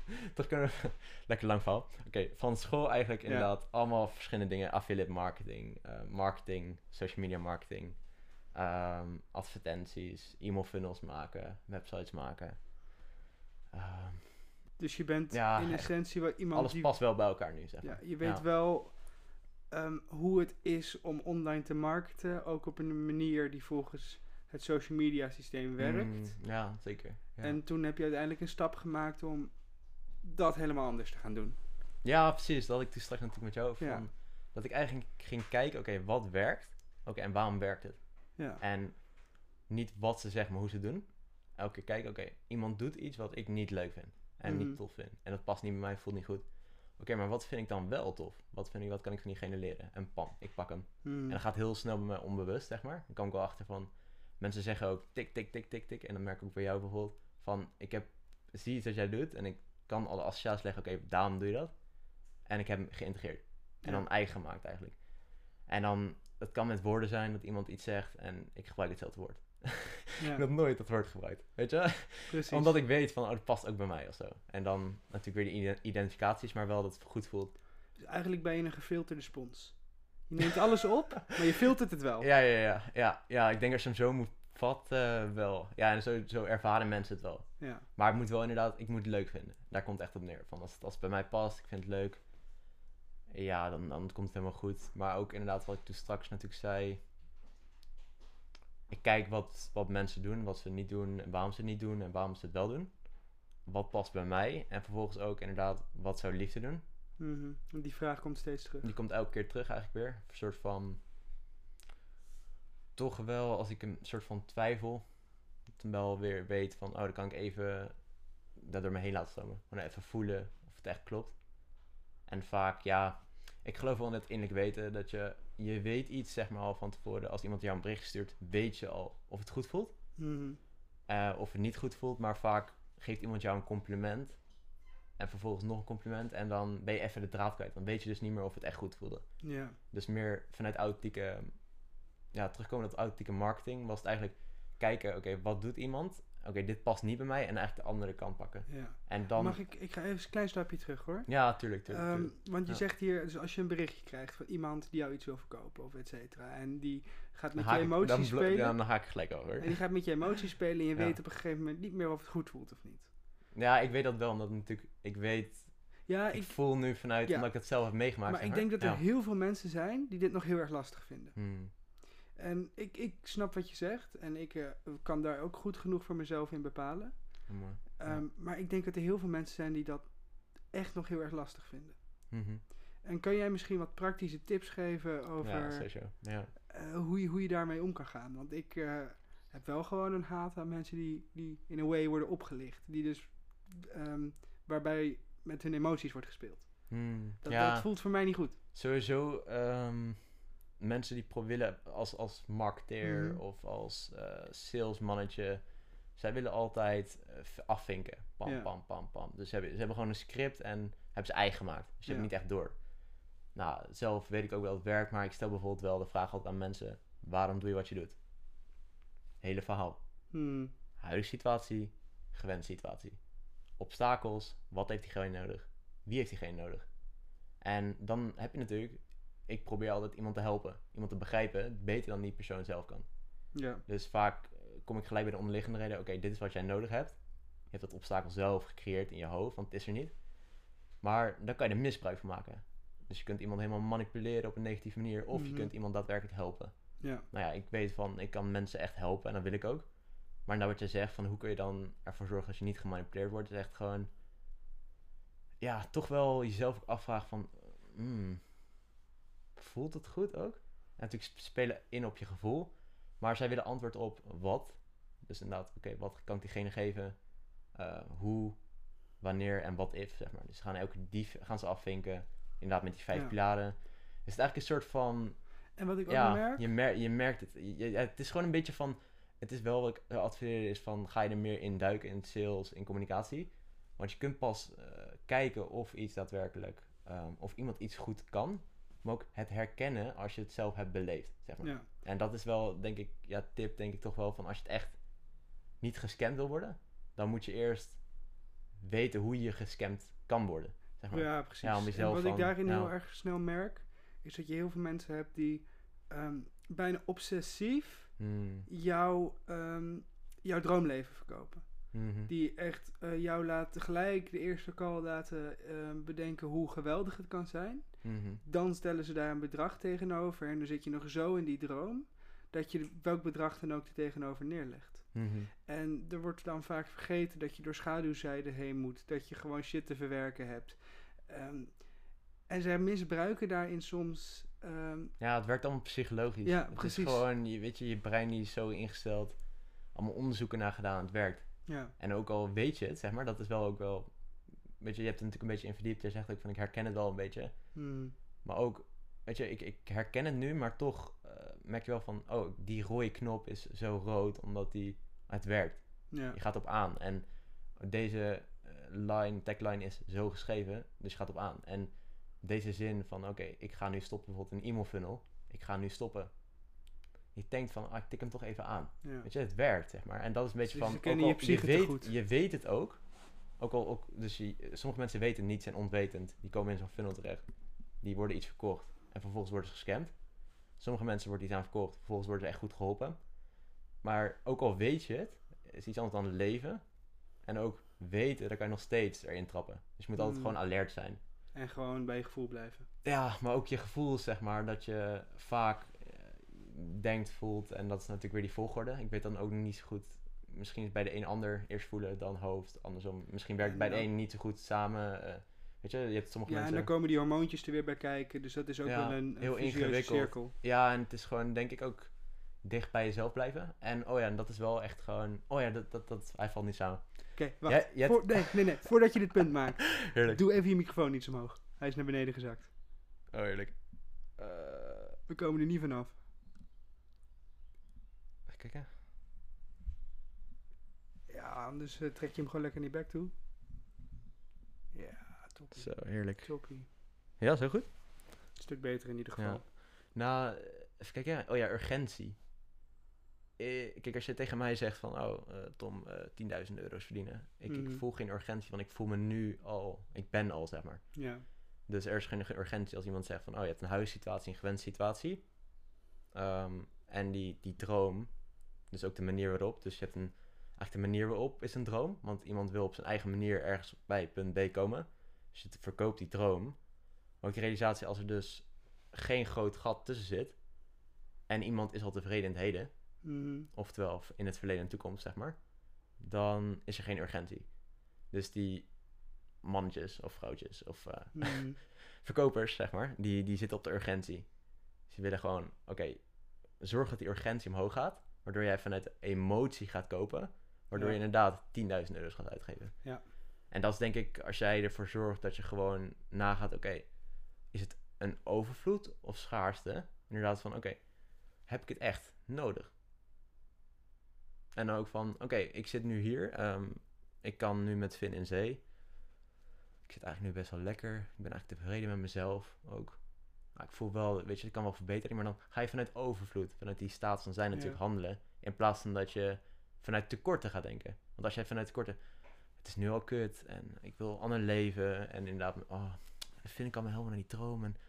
Toch kunnen we... Lekker lang verhaal. Oké, okay, van school eigenlijk inderdaad ja. allemaal verschillende dingen. Affiliate marketing, uh, marketing, social media marketing, um, advertenties, e-mail funnels maken, websites maken. Um, dus je bent ja, in essentie wel iemand alles die... past wel bij elkaar nu, zeg maar. Ja, je weet ja. wel um, hoe het is om online te marketen, ook op een manier die volgens het social media systeem werkt. Mm, ja, zeker. Ja. En toen heb je uiteindelijk een stap gemaakt om dat helemaal anders te gaan doen. Ja, precies. Dat had ik toen straks natuurlijk met jou over. Ja. Van, dat ik eigenlijk ging kijken, oké, okay, wat werkt? Oké, okay, en waarom werkt het? Ja. En niet wat ze zeggen, maar hoe ze doen. Elke keer kijken, oké, okay, iemand doet iets wat ik niet leuk vind. En mm-hmm. niet tof vind. En dat past niet bij mij, voelt niet goed. Oké, okay, maar wat vind ik dan wel tof? Wat, vind ik, wat kan ik van diegene leren? En pam, ik pak hem. Mm. En dat gaat heel snel bij mij onbewust, zeg maar. Dan kom ik wel achter van... Mensen zeggen ook tik, tik, tik, tik, tik. En dan merk ik ook bij jou bijvoorbeeld van... Ik heb, zie iets dat jij doet en ik kan alle associaties leggen. Oké, okay, daarom doe je dat. En ik heb hem geïntegreerd. En ja. dan eigen gemaakt eigenlijk. En dan, het kan met woorden zijn dat iemand iets zegt en ik gebruik hetzelfde woord. Ja. Ik heb nooit dat woord gebruikt, weet je? Precies. Omdat ik weet van, oh, dat past ook bij mij of zo. En dan natuurlijk weer de identificaties, maar wel dat het goed voelt. Dus eigenlijk ben je een gefilterde spons. Je neemt alles op, maar je filtert het wel. Ja, ja, ja. Ja, ja ik denk als je hem zo moet vatten, uh, wel. Ja, en zo, zo ervaren mensen het wel. Ja. Maar ik moet wel inderdaad, ik moet het leuk vinden. Daar komt het echt op neer. Van als, het, als het bij mij past, ik vind het leuk. Ja, dan, dan komt het helemaal goed. Maar ook inderdaad wat ik toen straks natuurlijk zei. Ik kijk wat, wat mensen doen, wat ze niet doen, en waarom ze het niet doen en waarom ze het wel doen. Wat past bij mij. En vervolgens ook inderdaad, wat zou liefde doen. Mm-hmm. Die vraag komt steeds terug. Die komt elke keer terug eigenlijk weer. Een soort van... Toch wel, als ik een soort van twijfel... dan wel weer weet van... Oh, dan kan ik even... dat door me heen laten stromen. Gewoon even voelen of het echt klopt. En vaak, ja... Ik geloof wel in het innerlijk weten. Dat je... Je weet iets, zeg maar al van tevoren. Als iemand jou een bericht stuurt... Weet je al of het goed voelt. Mm-hmm. Uh, of het niet goed voelt. Maar vaak geeft iemand jou een compliment... En vervolgens nog een compliment. En dan ben je even de draad kwijt. Dan weet je dus niet meer of het echt goed voelde. Ja. Dus meer vanuit authentieke... Ja, terugkomen tot authentieke marketing. Was het eigenlijk kijken, oké, okay, wat doet iemand? Oké, okay, dit past niet bij mij. En eigenlijk de andere kant pakken. Ja. En dan... Mag ik... Ik ga even een klein stapje terug, hoor. Ja, tuurlijk, tuurlijk. Um, tuurlijk. Want je ja. zegt hier... Dus als je een berichtje krijgt van iemand die jou iets wil verkopen. Of et cetera. En die gaat met dan je emoties dan blo- spelen. Ja, dan haak ik gelijk over. En die gaat met je emoties spelen. En je ja. weet op een gegeven moment niet meer of het goed voelt of niet. Ja, ik weet dat wel. Omdat natuurlijk... Ik weet... Ja, ik, ik voel nu vanuit... Ja. Omdat ik het zelf heb meegemaakt. Maar zeg ik denk dat er ja. heel veel mensen zijn... die dit nog heel erg lastig vinden. Hmm. En ik, ik snap wat je zegt. En ik uh, kan daar ook goed genoeg voor mezelf in bepalen. Hmm. Um, Ja. Maar ik denk dat er heel veel mensen zijn... die dat echt nog heel erg lastig vinden. Mm-hmm. En kan jij misschien wat praktische tips geven over... Ja, sowieso. Ja. Uh, hoe, je, hoe je daarmee om kan gaan? Want ik uh, heb wel gewoon een haat aan mensen die, die in een way worden opgelicht. Die dus... Um, waarbij met hun emoties wordt gespeeld. Hmm. Dat, ja. dat voelt voor mij niet goed. Sowieso um, mensen die pro- willen als, als marketeer Mm-hmm. of als uh, salesmannetje, zij willen altijd uh, afvinken. Pam, ja. pam, pam, pam. Dus ze hebben, ze hebben gewoon een script en hebben ze eigen gemaakt. Dus je ja. hebt het niet echt door. Nou, zelf weet ik ook wel het werkt, maar ik stel bijvoorbeeld wel de vraag altijd aan mensen, waarom doe je wat je doet? Hele verhaal. Hmm. Huidige situatie, gewende situatie. Obstakels, wat heeft diegene nodig? Wie heeft diegene nodig? En dan heb je natuurlijk... Ik probeer altijd iemand te helpen. Iemand te begrijpen. Beter dan die persoon zelf kan. Ja. Dus vaak kom ik gelijk bij de onderliggende reden. Oké, okay, dit is wat jij nodig hebt. Je hebt dat obstakel zelf gecreëerd in je hoofd. Want het is er niet. Maar daar kan je er misbruik van maken. Dus je kunt iemand helemaal manipuleren op een negatieve manier. Of Mm-hmm. je kunt iemand daadwerkelijk helpen. Ja. Nou ja, ik weet van... Ik kan mensen echt helpen. En dat wil ik ook. Maar nou wat je zegt van... Hoe kun je dan ervoor zorgen dat je niet gemanipuleerd wordt. Is echt gewoon... Ja, toch wel jezelf ook afvragen van... Hmm, voelt het goed ook? En natuurlijk spelen in op je gevoel. Maar zij willen antwoord op wat. Dus inderdaad, oké, okay, wat kan ik diegene geven? Uh, hoe, wanneer en wat if, zeg maar. Dus ze gaan elke dief gaan ze afvinken. Inderdaad met die vijf ja. pilaren. Dus het is eigenlijk een soort van... En wat ik ook ja, merk... Je, mer- je merkt het. Je, je, het is gewoon een beetje van... Het is wel wat ik adviseer is van... Ga je er meer in duiken in sales, in communicatie. Want je kunt pas uh, kijken of iets daadwerkelijk... Um, of iemand iets goed kan. Maar ook het herkennen als je het zelf hebt beleefd, zeg maar. Ja. En dat is wel, denk ik... Ja, tip denk ik toch wel van... Als je het echt niet gescand wil worden... Dan moet je eerst weten hoe je gescamd kan worden. Zeg maar. Ja, precies. Ja, om jezelf en wat van, ik daarin ja. heel erg snel merk, is dat je heel veel mensen hebt die ehm, bijna obsessief Hmm. jouw, ehm, jouw droomleven verkopen. Mhm. Die echt eh, jou laten gelijk de eerste call laten ehm, bedenken hoe geweldig het kan zijn. Mhm. Dan stellen ze daar een bedrag tegenover en dan zit je nog zo in die droom dat je welk bedrag dan ook er tegenover neerlegt. Mhm. En er wordt dan vaak vergeten dat je door schaduwzijden heen moet. Dat je gewoon shit te verwerken hebt. Ehm, en zij misbruiken daarin soms... ehm, Ja, het werkt allemaal psychologisch. Ja, het precies. is gewoon, je, weet je, je brein die is zo ingesteld. Allemaal onderzoeken naar gedaan, het werkt. ja, En ook al weet je het, zeg maar, dat is wel ook wel... Weet je, je hebt er natuurlijk een beetje in verdiept. Je zegt ook van, ik herken het wel een beetje. hmm, Maar ook, weet je, ik, ik herken het nu, maar toch uh, merk je wel van... Oh, die rode knop is zo rood, omdat die... Het werkt. ja, Je gaat op aan. En deze uh, line, tagline is zo geschreven, dus je gaat op aan. En deze zin van, oké, okay, ik ga nu stoppen, bijvoorbeeld een e-mail funnel. Ik ga nu stoppen. Je denkt van, ah, ik tik hem toch even aan. ja. Weet je, het werkt, zeg maar. En dat is een beetje Dus van, ze kennen ook je al, psyche te weet, goed. je weet het ook. Ook al, ook, dus je, sommige mensen weten het niet, zijn onwetend. Die komen in zo'n funnel terecht. Die worden iets verkocht. En vervolgens worden ze gescamd. Sommige mensen wordt iets aan verkocht. Vervolgens worden ze echt goed geholpen. Maar ook al weet je het, is iets anders dan leven. En ook weten, dan kan je nog steeds erin trappen. Dus je moet altijd Mm. gewoon alert zijn. En gewoon bij je gevoel blijven. Ja, maar ook je gevoel, zeg maar, dat je vaak eh, denkt, voelt. En dat is natuurlijk weer die volgorde. Ik weet dan ook niet zo goed. Misschien is bij de een ander eerst voelen dan hoofd. Andersom. Misschien werkt het En bij de dan- een niet zo goed samen. eh, weet je, je hebt sommige Ja, en mensen... dan komen die hormoontjes er weer bij kijken. Dus dat is ook Ja, wel een, een heel vicieuze ingewikkeld. cirkel. Ja, en het is gewoon, denk ik, ook dicht bij jezelf blijven. En oh ja, en dat is wel echt gewoon... Oh ja, dat, dat, dat, hij valt niet samen. Oké, wacht. Jij- jij- Voor, nee, nee, nee. Voordat je dit punt maakt. Heerlijk. Doe even je microfoon iets omhoog. Hij is naar beneden gezakt. Oh, heerlijk. Eh, We komen er niet vanaf. even kijken. Ja, anders eh, trek je hem gewoon lekker naar je bek toe. Ja, toppie. Zo, heerlijk. Toppie. Ja, zo goed? Een stuk beter in ieder geval. Ja. Nou, eh, even kijken. Oh ja, urgentie. Eh, kijk, als je tegen mij zegt van... Oh, eh, Tom, eh tienduizend euro's verdienen. Ik, Mhm. ik voel geen urgentie, want ik voel me nu al... Ik ben al, zeg maar. Ja. Dus er is geen urgentie als iemand zegt van... Oh, je hebt een huissituatie, een gewenste situatie. Ehm, en die, die droom... Dus ook de manier waarop. Dus je hebt een... Eigenlijk de manier waarop is een droom. Want iemand wil op zijn eigen manier ergens bij punt B komen. Dus je verkoopt die droom. Maar ook die realisatie als er dus geen groot gat tussen zit... En iemand is al tevreden in het heden... Mhm. Oftewel in het verleden en toekomst, zeg maar. Dan is er geen urgentie. Dus die mannetjes of vrouwtjes of uh, Mhm. verkopers, zeg maar, die, die zitten op de urgentie. Ze willen gewoon, oké, okay, zorg dat die urgentie omhoog gaat, waardoor jij vanuit emotie gaat kopen, waardoor Ja. je inderdaad tienduizend euro's gaat uitgeven. Ja. En dat is denk ik, als jij ervoor zorgt dat je gewoon nagaat, oké, okay, is het een overvloed of schaarste? Inderdaad van, oké, okay, heb ik het echt nodig? En dan ook van, oké, okay, ik zit nu hier. Um, ik kan nu met Finn in zee. Ik zit eigenlijk nu best wel lekker. Ik ben eigenlijk tevreden met mezelf ook. Nou, ik voel wel, weet je, ik kan wel verbeteren. Maar dan ga je vanuit overvloed, vanuit die staat van zijn natuurlijk Ja. handelen. In plaats van dat je vanuit tekorten gaat denken. Want als jij vanuit tekorten, het is nu al kut. En ik wil een ander leven. En inderdaad, oh, Finn ik kan me helemaal naar die droom. En,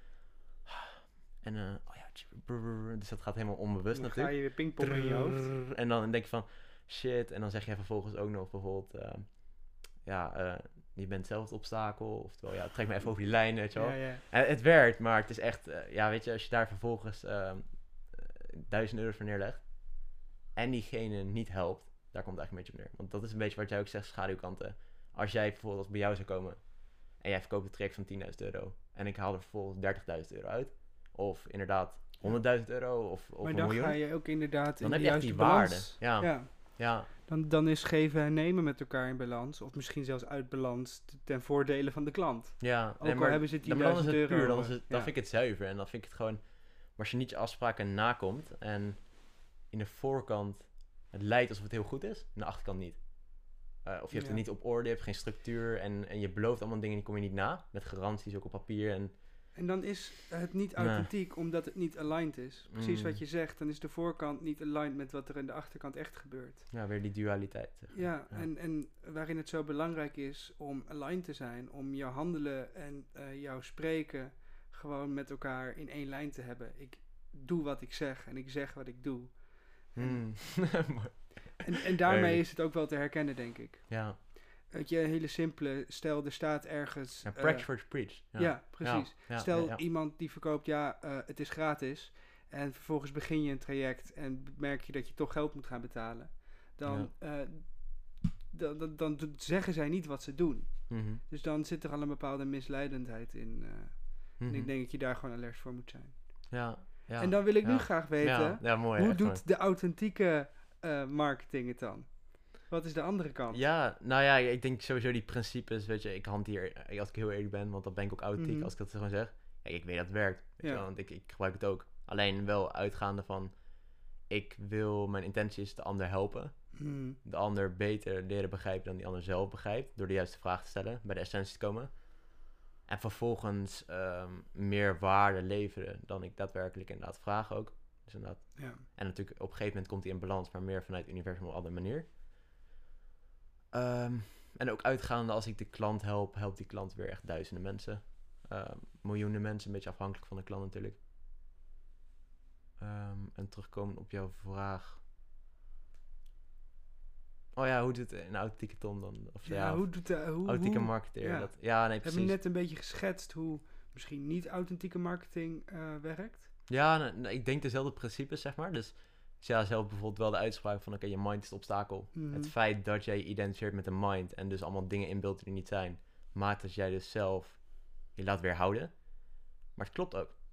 en uh, oh ja, brrr, dus dat gaat helemaal onbewust Dan natuurlijk. ga je weer pingpongen in je hoofd. En dan denk je van, shit. En dan zeg je vervolgens ook nog bijvoorbeeld, uh, ja, uh, je bent zelf het obstakel. Oftewel, ja, trek me even over die lijn, weet je wel. Ja, ja. En het werkt, maar het is echt, uh, ja, weet je, als je daar vervolgens uh, duizend euro's voor neerlegt. En diegene niet helpt, daar komt het eigenlijk een beetje op neer. Want dat is een beetje wat jij ook zegt, schaduwkanten. Als jij bijvoorbeeld als bij jou zou komen en jij verkoopt een traject van tienduizend euro. En ik haal er vervolgens dertigduizend euro uit. Of inderdaad honderdduizend euro of, of Maar een dan miljoen. ga je ook inderdaad Dan in heb de je echt juiste die waarde. balans. Ja. Ja. Ja, Dan, dan is geven en nemen met elkaar in balans. Of misschien zelfs uit balans t- ten voordele van de klant. ja. Ook Nee, al maar hebben ze dan, dan is het tien duizend puur, euro. dan, is het, dan ja. vind ik het zuiver. En dan vind ik het gewoon, maar als je niet je afspraken nakomt en in de voorkant het lijkt alsof het heel goed is, in de achterkant niet. Uh, of je hebt Ja. het niet op orde, je hebt geen structuur en, en je belooft allemaal dingen en die kom je niet na. Met garanties ook op papier en En dan is het niet Nee. authentiek omdat het niet aligned is. Precies Mm. wat je zegt, dan is de voorkant niet aligned met wat er in de achterkant echt gebeurt. Ja, weer die dualiteit. Zeg maar. Ja, En, en waarin het zo belangrijk is om aligned te zijn, om jouw handelen en uh, jouw spreken gewoon met elkaar in één lijn te hebben. Ik doe wat ik zeg en ik zeg wat ik doe. Mm. En, en daarmee Heerlijk. is het ook wel te herkennen, denk ik. Ja. Weet je, een hele simpele, stel er staat ergens... Ja, uh, practice what you preach. Ja, Ja, precies. Ja, ja, stel ja, ja. iemand die verkoopt, ja, uh, het is gratis. En vervolgens begin je een traject en merk je dat je toch geld moet gaan betalen. Dan, ja. uh, dan, dan, dan, dan zeggen zij niet wat ze doen. Mm-hmm. Dus dan zit er al een bepaalde misleidendheid in. Uh, Mm-hmm. En ik denk dat je daar gewoon alert voor moet zijn. Ja, ja. En dan wil ik ja. nu graag weten, ja, ja, mooi, hoe echt doet mooi. de authentieke uh, marketing het dan? Wat is de andere kant? Ja, nou ja, ik denk sowieso die principes, weet je, ik hanteer, als ik heel eerlijk ben, want dan ben ik ook authentiek Mm-hmm. als ik dat gewoon zeg. Kijk, ik weet dat het werkt, weet Ja. je wel, want ik, ik gebruik het ook. Alleen wel uitgaande van, ik wil, mijn intentie is de ander helpen. Mm. De ander beter leren begrijpen dan die ander zelf begrijpt, door de juiste vraag te stellen, bij de essentie te komen. En vervolgens um, meer waarde leveren dan ik daadwerkelijk inderdaad vraag ook. Dus inderdaad. Ja. En natuurlijk op een gegeven moment komt hij in balans, maar meer vanuit het universum op een andere manier. Um, en ook uitgaande als ik de klant help, helpt die klant weer echt duizenden mensen. Um, miljoenen mensen, een beetje afhankelijk van de klant natuurlijk. Um, en terugkomen op jouw vraag. Oh ja, hoe doet een authentieke Tom dan? Of Ja, ja, hoe doet de... Hoe, authentieke hoe, marketeer. ja. Dat, ja, nee, We precies. hebben net een beetje geschetst hoe misschien niet authentieke marketing uh, werkt. Ja, nou, nou, ik denk dezelfde principes, zeg maar. Dus ja, zelf bijvoorbeeld wel de uitspraak van, oké, okay, je mind is het obstakel. Mm-hmm. Het feit dat jij je identificeert met een mind en dus allemaal dingen inbeeldt die er niet zijn, maakt dat jij dus zelf je laat weerhouden. Maar het klopt ook.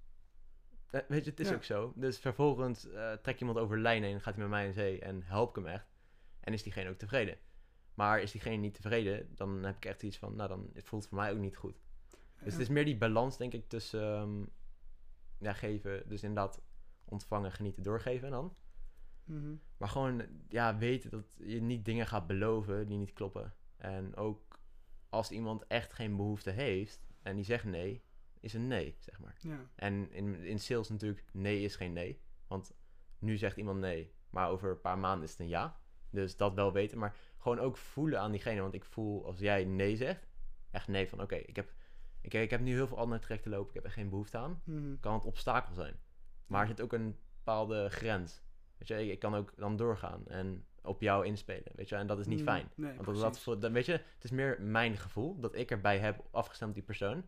Uh, weet je, het is ja. ook zo. Dus vervolgens uh, trekt iemand over de lijn heen, gaat hij met mij in zee en help ik hem echt. En is diegene ook tevreden. Maar is diegene niet tevreden, dan heb ik echt iets van, nou dan het voelt het voor mij ook niet goed. Dus ja. het is meer die balans, denk ik, tussen um, ja, geven, dus inderdaad ontvangen, genieten, doorgeven dan. Mm-hmm. Maar gewoon, ja, weten dat je niet dingen gaat beloven die niet kloppen. En ook als iemand echt geen behoefte heeft en die zegt nee, is een nee, zeg maar. Ja. En in, in sales natuurlijk, nee is geen nee. Want nu zegt iemand nee, maar over een paar maanden is het een ja. Dus dat wel weten, maar gewoon ook voelen aan diegene. Want ik voel, als jij nee zegt, echt nee van, oké, okay, ik, heb, ik, ik heb nu heel veel andere trajecten lopen, ik heb er geen behoefte aan. Mm-hmm. Kan het obstakel zijn. Maar er zit ook een bepaalde grens. Weet je, ik kan ook dan doorgaan en op jou inspelen, weet je, en dat is niet mm, fijn. Nee, want dat, dat, dat, weet je, het is meer mijn gevoel dat ik erbij heb afgestemd op die persoon.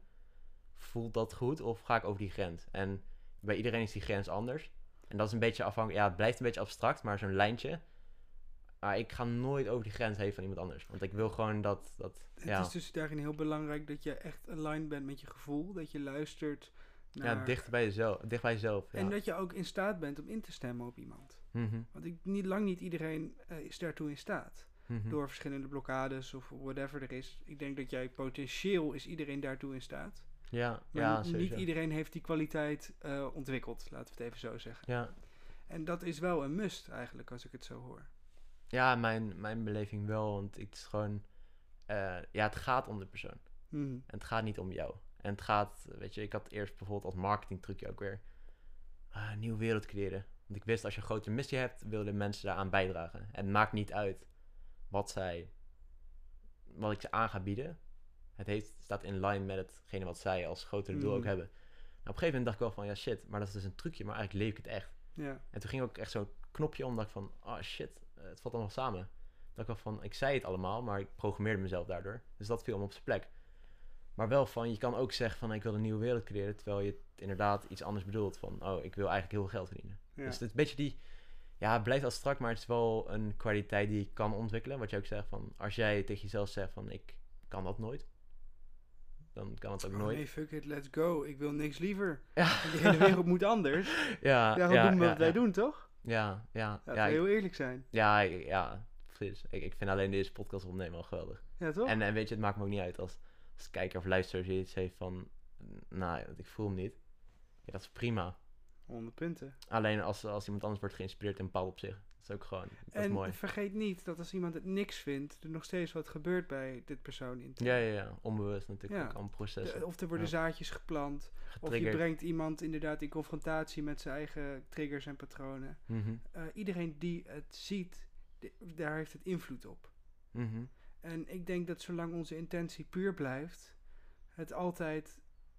Voelt dat goed of ga ik over die grens? En bij iedereen is die grens anders. En dat is een beetje afhankelijk, ja, het blijft een beetje abstract, maar zo'n lijntje. Maar ik ga nooit over die grens heen van iemand anders. Want ik wil gewoon dat... dat het ja. is dus daarin heel belangrijk dat je echt aligned bent met je gevoel. Dat je luistert naar... Ja, dicht bij jezelf. Dicht bij jezelf, ja. En dat je ook in staat bent om in te stemmen op iemand. Mm-hmm. Want ik, niet, lang niet iedereen uh, is daartoe in staat. Mm-hmm. Door verschillende blokkades of whatever er is. Ik denk dat jij potentieel is iedereen daartoe in staat. Ja, maar ja, niet sowieso. iedereen heeft die kwaliteit uh, ontwikkeld. Laten we het even zo zeggen. Ja. En dat is wel een must eigenlijk, als ik het zo hoor. Ja, mijn, mijn beleving wel. Want het is gewoon... Uh, ja, het gaat om de persoon. Mm. En het gaat niet om jou. En het gaat... Weet je, ik had eerst bijvoorbeeld als marketing trucje ook weer... Uh, een nieuwe wereld creëren. Want ik wist, als je een grote missie hebt... willen mensen daaraan bijdragen. En het maakt niet uit... wat zij... wat ik ze aan ga bieden... Het heeft, staat in line met hetgene wat zij als grotere doel mm. ook hebben. Nou, op een gegeven moment dacht ik wel van... ja, shit, maar dat is dus een trucje. Maar eigenlijk leef ik het echt. Ja. En toen ging ook echt zo'n knopje om. Dat ik van... oh shit, het valt allemaal samen. Dat ik wel van... ik zei het allemaal, maar ik programmeerde mezelf daardoor. Dus dat viel allemaal op zijn plek. Maar wel van... je kan ook zeggen van... ik wil een nieuwe wereld creëren. Terwijl je het inderdaad iets anders bedoelt. Van... oh, ik wil eigenlijk heel veel geld verdienen. Ja. Dus het is een beetje die... ja, het blijft abstract, maar het is wel een kwaliteit die je kan ontwikkelen. Wat je ook zegt van... als jij tegen jezelf zegt van... ik kan dat nooit... dan kan het ook oh, nooit. Nee, fuck it, let's go. Ik wil niks liever. Ja. De hele wereld moet anders. Ja, Daarom ja, doen we ja, wat wij ja. doen, toch? Ja, ja. Laten ja, we ik, heel eerlijk zijn. ja, ik, ja, precies. Ik, ik vind alleen deze podcast opnemen al geweldig. Ja, toch? En, en weet je, het maakt me ook niet uit als, als kijker of luisteraar iets heeft van... nou, ik voel hem niet. Ja, dat is prima. honderd punten. Alleen als, als iemand anders wordt geïnspireerd in een bepaald opzicht... Dat is ook gewoon, dat En is mooi. vergeet niet dat als iemand het niks vindt, er nog steeds wat gebeurt bij dit persoon in. Ja, ja, ja. Onbewust natuurlijk Ja. ook allemaal processen. De- of er worden Ja. zaadjes geplant. Of je Getriggerd. brengt iemand inderdaad in confrontatie met zijn eigen triggers en patronen. Mhm, Uh, iedereen die het ziet, di- daar heeft het invloed op. mhm. En ik denk dat zolang onze intentie puur blijft, het altijd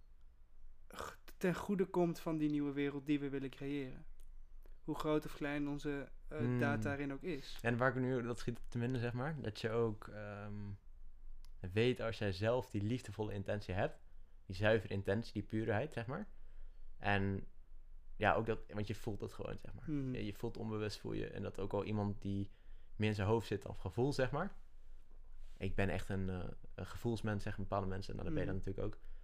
g- ten goede komt van die nieuwe wereld die we willen creëren. Hoe groot of klein onze uh, Mm. data daarin ook is. En waar ik nu, dat schiet te minder, zeg maar, dat je ook ehm, weet als jij zelf die liefdevolle intentie hebt, die zuivere intentie, die puurheid, zeg maar. En ja, ook dat, want je voelt het gewoon, zeg maar. Mhm. Je, je voelt onbewust, voel je. En dat ook al iemand die meer in zijn hoofd zit dan gevoel, zeg maar. Ik ben echt een, uh, een gevoelsmens, zeggen bepaalde mensen. Nou, dat ben je Mhm. dan natuurlijk ook.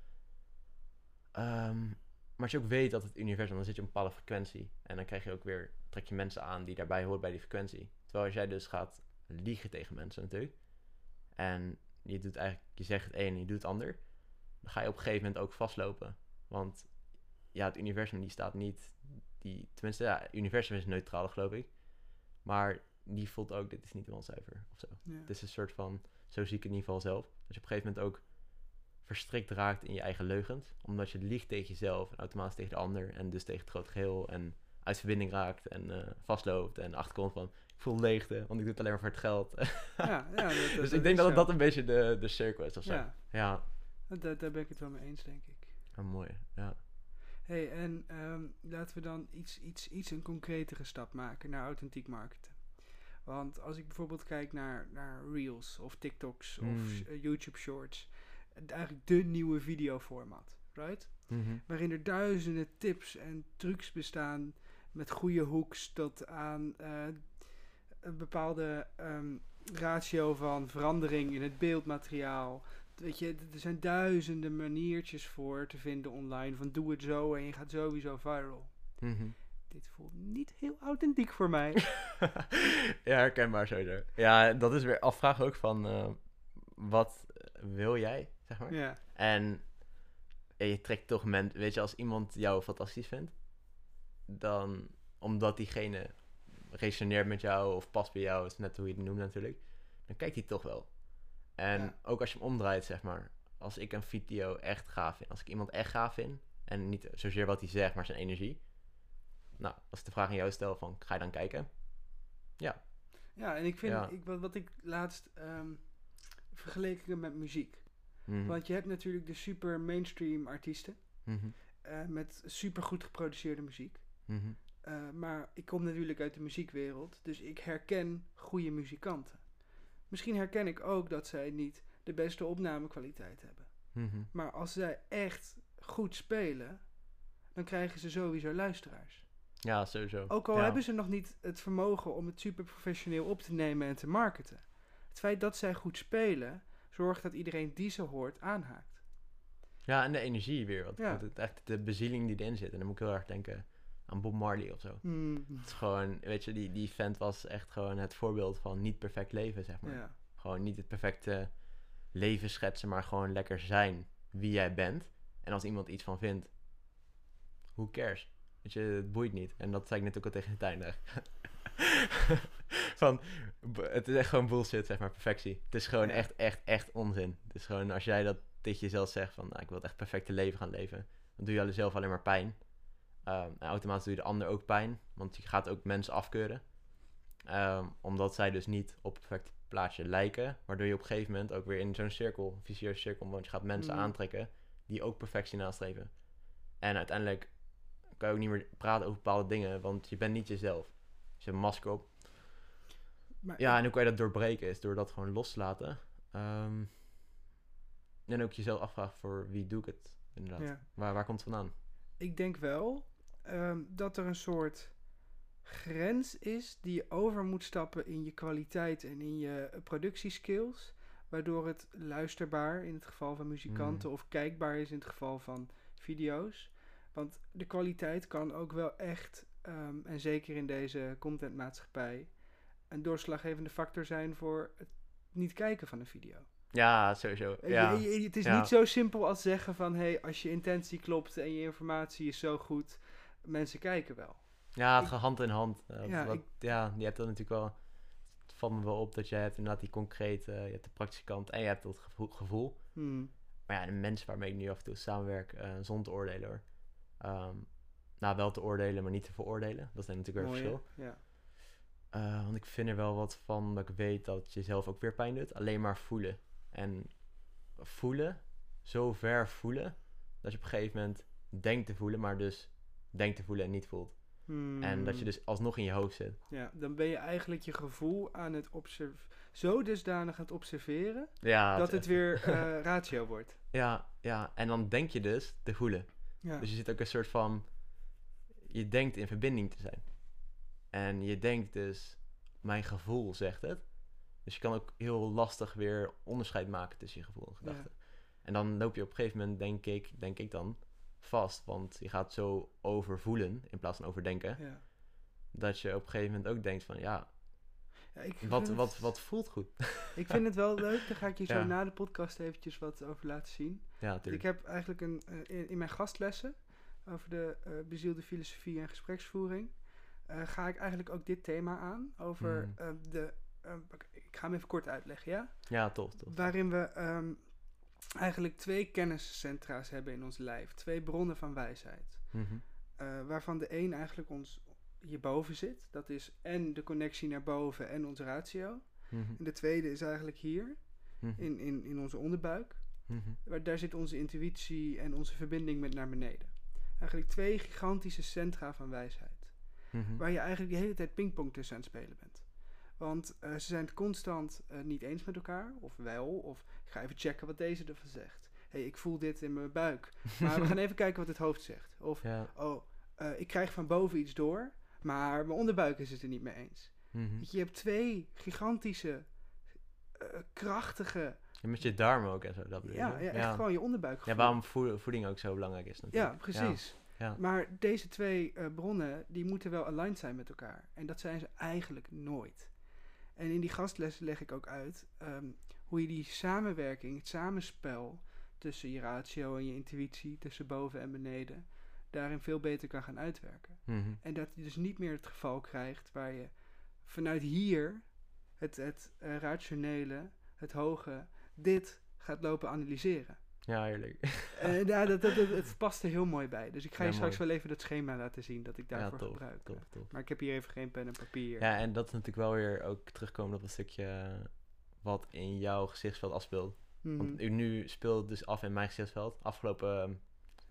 Ehm, maar als je ook weet dat het universum, dan zit je op een bepaalde frequentie. En dan krijg je ook weer, trek je mensen aan die daarbij horen bij die frequentie. Terwijl als jij dus gaat liegen tegen mensen natuurlijk. En je doet eigenlijk, je zegt het een en je doet het ander. Dan ga je op een gegeven moment ook vastlopen. Want ja, het universum die staat niet, die, tenminste ja, het universum is neutraal geloof ik. Maar die voelt ook, dit is niet helemaal zuiver of zo. Ja. Het is een soort van, zo zie ik het in ieder geval zelf. Dat je op een gegeven moment ook verstrikt raakt in je eigen leugens. Omdat je liegt tegen jezelf en automatisch tegen de ander. En dus tegen het grote geheel. En uit verbinding raakt en uh, vastloopt. En achterkomt van, ik voel leegte, want ik doe het alleen maar voor het geld. Ja, ja, dat, dat, dus dat ik denk is dat zo. dat een beetje de, de cirkel is of zo. Ja, Ja, daar, daar ben ik het wel mee eens, denk ik. ja mooi. Ja. Hey, en ehm, laten we dan iets, iets, iets een concretere stap maken naar authentiek marketen. Want als ik bijvoorbeeld kijk naar, naar Reels of TikToks Mm. of uh, YouTube Shorts, uh, eigenlijk de nieuwe videoformat, right? Mm-hmm. Waarin er duizenden tips en trucs bestaan met goede hooks tot aan uh, een bepaalde um, ratio van verandering in het beeldmateriaal. Weet je, er zijn duizenden maniertjes voor te vinden online van doe het zo en je gaat sowieso viral. Mm-hmm. Dit voelt niet heel authentiek voor mij. Ja, herkenbaar sowieso. Ja, dat is weer afvragen ook van uh, wat wil jij, zeg maar. Ja. En ja, je trekt toch mensen, weet je, als iemand jou fantastisch vindt, dan, omdat diegene resoneert met jou of past bij jou, is net hoe je het noemt natuurlijk, dan kijkt hij toch wel. En Ja. ook als je hem omdraait, zeg maar, als ik een video echt gaaf vind, als ik iemand echt gaaf vind, en niet zozeer wat hij zegt, maar zijn energie, nou, als ik de vraag aan jou stel van, ga je dan kijken? Ja. Ja, en ik vind, Ja. ik, wat, wat ik laatst um, vergeleken met muziek. Mm-hmm. Want je hebt natuurlijk de super mainstream artiesten. Mm-hmm. Uh, met super goed geproduceerde muziek. Mm-hmm. Uh, maar ik kom natuurlijk uit de muziekwereld. Dus ik herken goede muzikanten. Misschien herken ik ook dat zij niet de beste opnamekwaliteit hebben. Mm-hmm. Maar als zij echt goed spelen, dan krijgen ze sowieso luisteraars. Ja, sowieso. Ook al ja. hebben ze nog niet het vermogen om het super professioneel op te nemen en te marketen. Het feit dat zij goed spelen, zorgt dat iedereen die ze hoort aanhaakt. Ja, en de energie weer. Want Ja. het, echt de bezieling die erin zit. En dan moet ik heel erg denken aan Bob Marley of zo. Hmm. Het is gewoon, weet je, die, die vent was echt gewoon het voorbeeld van niet perfect leven, zeg maar. Ja. Gewoon niet het perfecte leven schetsen, maar gewoon lekker zijn wie jij bent. En als iemand iets van vindt, who cares? Weet je, het boeit niet. En dat zei ik net ook al tegen de tuin. Van, het is echt gewoon bullshit, zeg maar, perfectie. Het is gewoon Ja. echt, echt, echt onzin. Het is gewoon, als jij dat tegen jezelf zegt van, nou, ik wil het echt perfecte leven gaan leven, dan doe je zelf alleen maar pijn. Um, en automatisch doe je de ander ook pijn, want je gaat ook mensen afkeuren. Um, omdat zij dus niet op het perfecte plaatje lijken, waardoor je op een gegeven moment ook weer in zo'n cirkel, een vicieuze cirkel, want je gaat mensen Mm. aantrekken die ook perfectie nastreven. En uiteindelijk kan je ook niet meer praten over bepaalde dingen, want je bent niet jezelf. Dus je hebt een masker op. Maar Ja, ik- en hoe kan je dat doorbreken, is door dat gewoon los te laten. Um, en ook jezelf afvragen voor wie doe ik het, inderdaad. Ja. Waar, waar komt het vandaan? Ik denk wel um, dat er een soort grens is die je over moet stappen in je kwaliteit en in je uh, productieskills, waardoor het luisterbaar in het geval van muzikanten Mm. of kijkbaar is in het geval van video's. Want de kwaliteit kan ook wel echt, um, en zeker in deze contentmaatschappij, een doorslaggevende factor zijn voor het niet kijken van een video. Ja, sowieso. Uh, Ja. je- je- het is Ja. niet zo simpel als zeggen van, hey, als je intentie klopt en je informatie is zo goed, mensen kijken wel. Ja, het Ik- gaat hand in hand. Uh, Ja, wat, ik- ja, je hebt dan natuurlijk wel... Het valt me wel op dat jij hebt inderdaad die concrete... je hebt de praktische kant en je hebt dat gevoel. gevoel. Hmm. Maar ja, de mensen waarmee ik nu af en toe samenwerk... Uh, zonder te oordelen hoor. Um, nou, wel te oordelen, maar niet te veroordelen. Dat is natuurlijk weer een Mooi, verschil. hè? Ja. Uh, want ik vind er wel wat van dat ik weet dat het jezelf ook weer pijn doet. Alleen maar voelen. En voelen, zo ver voelen... dat je op een gegeven moment denkt te voelen... maar dus denkt te voelen en niet voelt. Hmm. En dat je dus alsnog in je hoofd zit. Ja, dan ben je eigenlijk je gevoel aan het observeren. Zo dusdanig aan het observeren. Ja, dat is het echt- weer uh, ratio wordt. Ja, ja, en dan denk je dus te voelen. Ja. Dus je zit ook een soort van... Je denkt in verbinding te zijn. En je denkt dus... Mijn gevoel zegt het. Dus je kan ook heel lastig weer onderscheid maken tussen je gevoel en gedachten. En dan loop je op een gegeven moment, denk ik, denk ik dan, vast. Want je gaat zo overvoelen in plaats van overdenken. Ja. Dat je op een gegeven moment ook denkt van... Ja, Ja, ik wat, vind wat, het- wat voelt goed? Ik vind het wel leuk. Daar ga ik je zo Ja. na de podcast eventjes wat over laten zien. Ja, Ik natuurlijk. heb eigenlijk een, uh, in, in mijn gastlessen over de uh, bezielde filosofie en gespreksvoering, uh, ga ik eigenlijk ook dit thema aan. Over Mm. uh, de, uh, ik ga hem even kort uitleggen, ja? Ja, tof, tof. Waarin we um, eigenlijk twee kenniscentra's hebben in ons lijf. Twee bronnen van wijsheid. Mhm. Uh, waarvan de een eigenlijk ons hierboven zit. Dat is en de connectie naar boven en ons ratio. Mhm. En de tweede is eigenlijk hier, Mhm. in, in, in onze onderbuik. Mhm. Waar, daar zit onze intuïtie en onze verbinding met naar beneden. Eigenlijk twee gigantische centra van wijsheid. Mhm. Waar je eigenlijk de hele tijd pingpong tussen aan het spelen bent. Want uh, ze zijn het constant uh, niet eens met elkaar. Of wel. Of ik ga even checken wat deze ervan zegt. Hé, hey, ik voel dit in mijn buik. Maar we gaan even kijken wat het hoofd zegt. Of, Ja. oh, uh, ik krijg van boven iets door. Maar mijn onderbuik is het er niet mee eens. Mhm. Je hebt twee gigantische, uh, krachtige... En met je darmen ook en zo. Dat bedoel je, Ja, hè? ja, echt gewoon je onderbuik. Ja, waarom voed- voeding ook zo belangrijk is natuurlijk. Ja, precies. Ja. Ja. Maar deze twee uh, bronnen, die moeten wel aligned zijn met elkaar. En dat zijn ze eigenlijk nooit. En in die gastlessen leg ik ook uit um, hoe je die samenwerking, het samenspel tussen je ratio en je intuïtie, tussen boven en beneden, daarin veel beter kan gaan uitwerken. Mhm. En dat je dus niet meer het geval krijgt waar je vanuit hier het, het uh, rationele, het hoge, dit gaat lopen analyseren. Ja, heerlijk. Uh, ja, dat, dat, dat, het past er heel mooi bij. Dus ik ga Ja, je straks mooi. wel even dat schema laten zien dat ik daarvoor Ja, tof, gebruik. tof, tof. Maar ik heb hier even geen pen en papier. Ja, en dat is natuurlijk wel weer ook terugkomen op een stukje uh, wat in jouw gezichtsveld afspeelt. Mhm. Want u nu speelt het dus af in mijn gezichtsveld. Afgelopen um,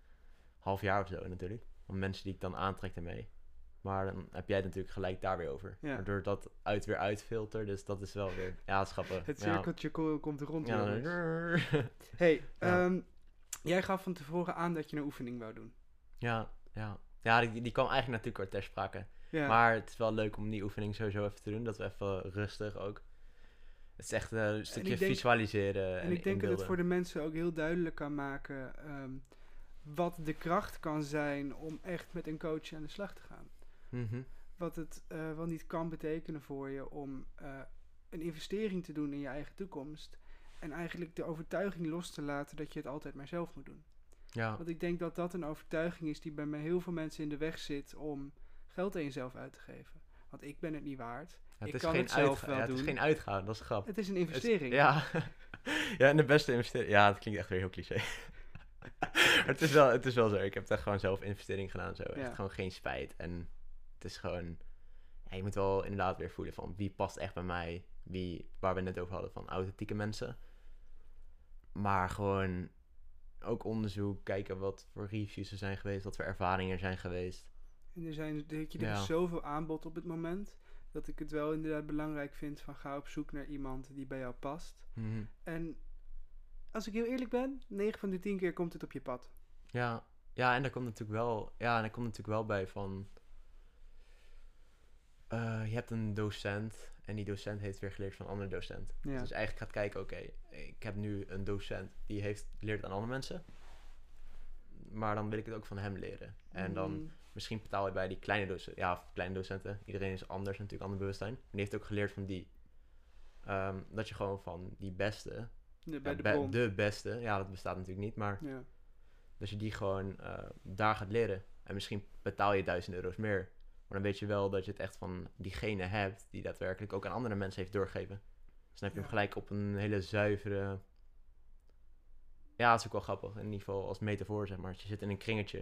half jaar of zo natuurlijk. Want mensen die ik dan aantrek ermee. Maar dan heb jij het natuurlijk gelijk daar weer over. Ja. Waardoor dat uit weer uitfiltert. Dus dat is wel weer... Ja, schappen. Het cirkeltje ko- komt rond. Ja, jongens. dan- Hey, Ja. um, jij gaf van tevoren aan dat je een oefening wou doen. ja, ja. Ja, die, die kwam eigenlijk natuurlijk wel ter sprake. Ja. Maar het is wel leuk om die oefening sowieso even te doen. Dat we even rustig ook... Het is echt uh, een stukje ik denk- visualiseren. en En ik denk dat het inbeelden. voor de mensen ook heel duidelijk kan maken um, wat de kracht kan zijn om echt met een coach aan de slag te gaan. Mhm. Wat het uh, wel niet kan betekenen voor je om uh, een investering te doen in je eigen toekomst. En eigenlijk de overtuiging los te laten dat je het altijd maar zelf moet doen. Ja. Want ik denk dat dat een overtuiging is die bij mij heel veel mensen in de weg zit om geld aan jezelf uit te geven. Want ik ben het niet waard. Het ik is kan geen het zelf uitga- wel ja, het doen. is geen uitgaan, dat is grap. Het is een Het is- investering. ja. Ja, en de beste investering... Ja, het klinkt echt weer heel cliché. Maar het is, wel, het is wel zo. Ik heb echt gewoon zelf investering gedaan. Zo. Echt Ja. gewoon geen spijt. En het is gewoon... Ja, je moet wel inderdaad weer voelen van wie past echt bij mij. Wie, waar we het net over hadden van authentieke mensen. Maar gewoon ook onderzoek. Kijken wat voor reviews er zijn geweest. Wat voor ervaringen er zijn geweest. En er, zijn, weet je, er Ja. is zoveel aanbod op het moment. Dat ik het wel inderdaad belangrijk vind van ga op zoek naar iemand die bij jou past. Mhm. En als ik heel eerlijk ben, negen van de tien keer komt het op je pad. Ja, ja, en daar komt natuurlijk wel, ja, en daar komt natuurlijk wel bij van, uh, je hebt een docent en die docent heeft weer geleerd van een andere docent. Ja. Dus eigenlijk gaat kijken, oké, okay, ik heb nu een docent die heeft leert aan andere mensen, maar dan wil ik het ook van hem leren. En dan Mm, misschien betaal je bij die kleine docenten, ja, kleine docenten, iedereen is anders natuurlijk, ander bewustzijn. Maar die heeft ook geleerd van die, um, dat je gewoon van die beste, de, bij ja, de be- bron. de beste, ja, dat bestaat natuurlijk niet, maar Ja. dat je die gewoon uh, daar gaat leren. En misschien betaal je duizend euro's meer. Maar dan weet je wel dat je het echt van diegene hebt die daadwerkelijk ook aan andere mensen heeft doorgegeven. Dus dan heb je hem Ja. gelijk op een hele zuivere... Ja, dat is ook wel grappig. In ieder geval als metafoor, zeg maar. Je zit in een kringetje.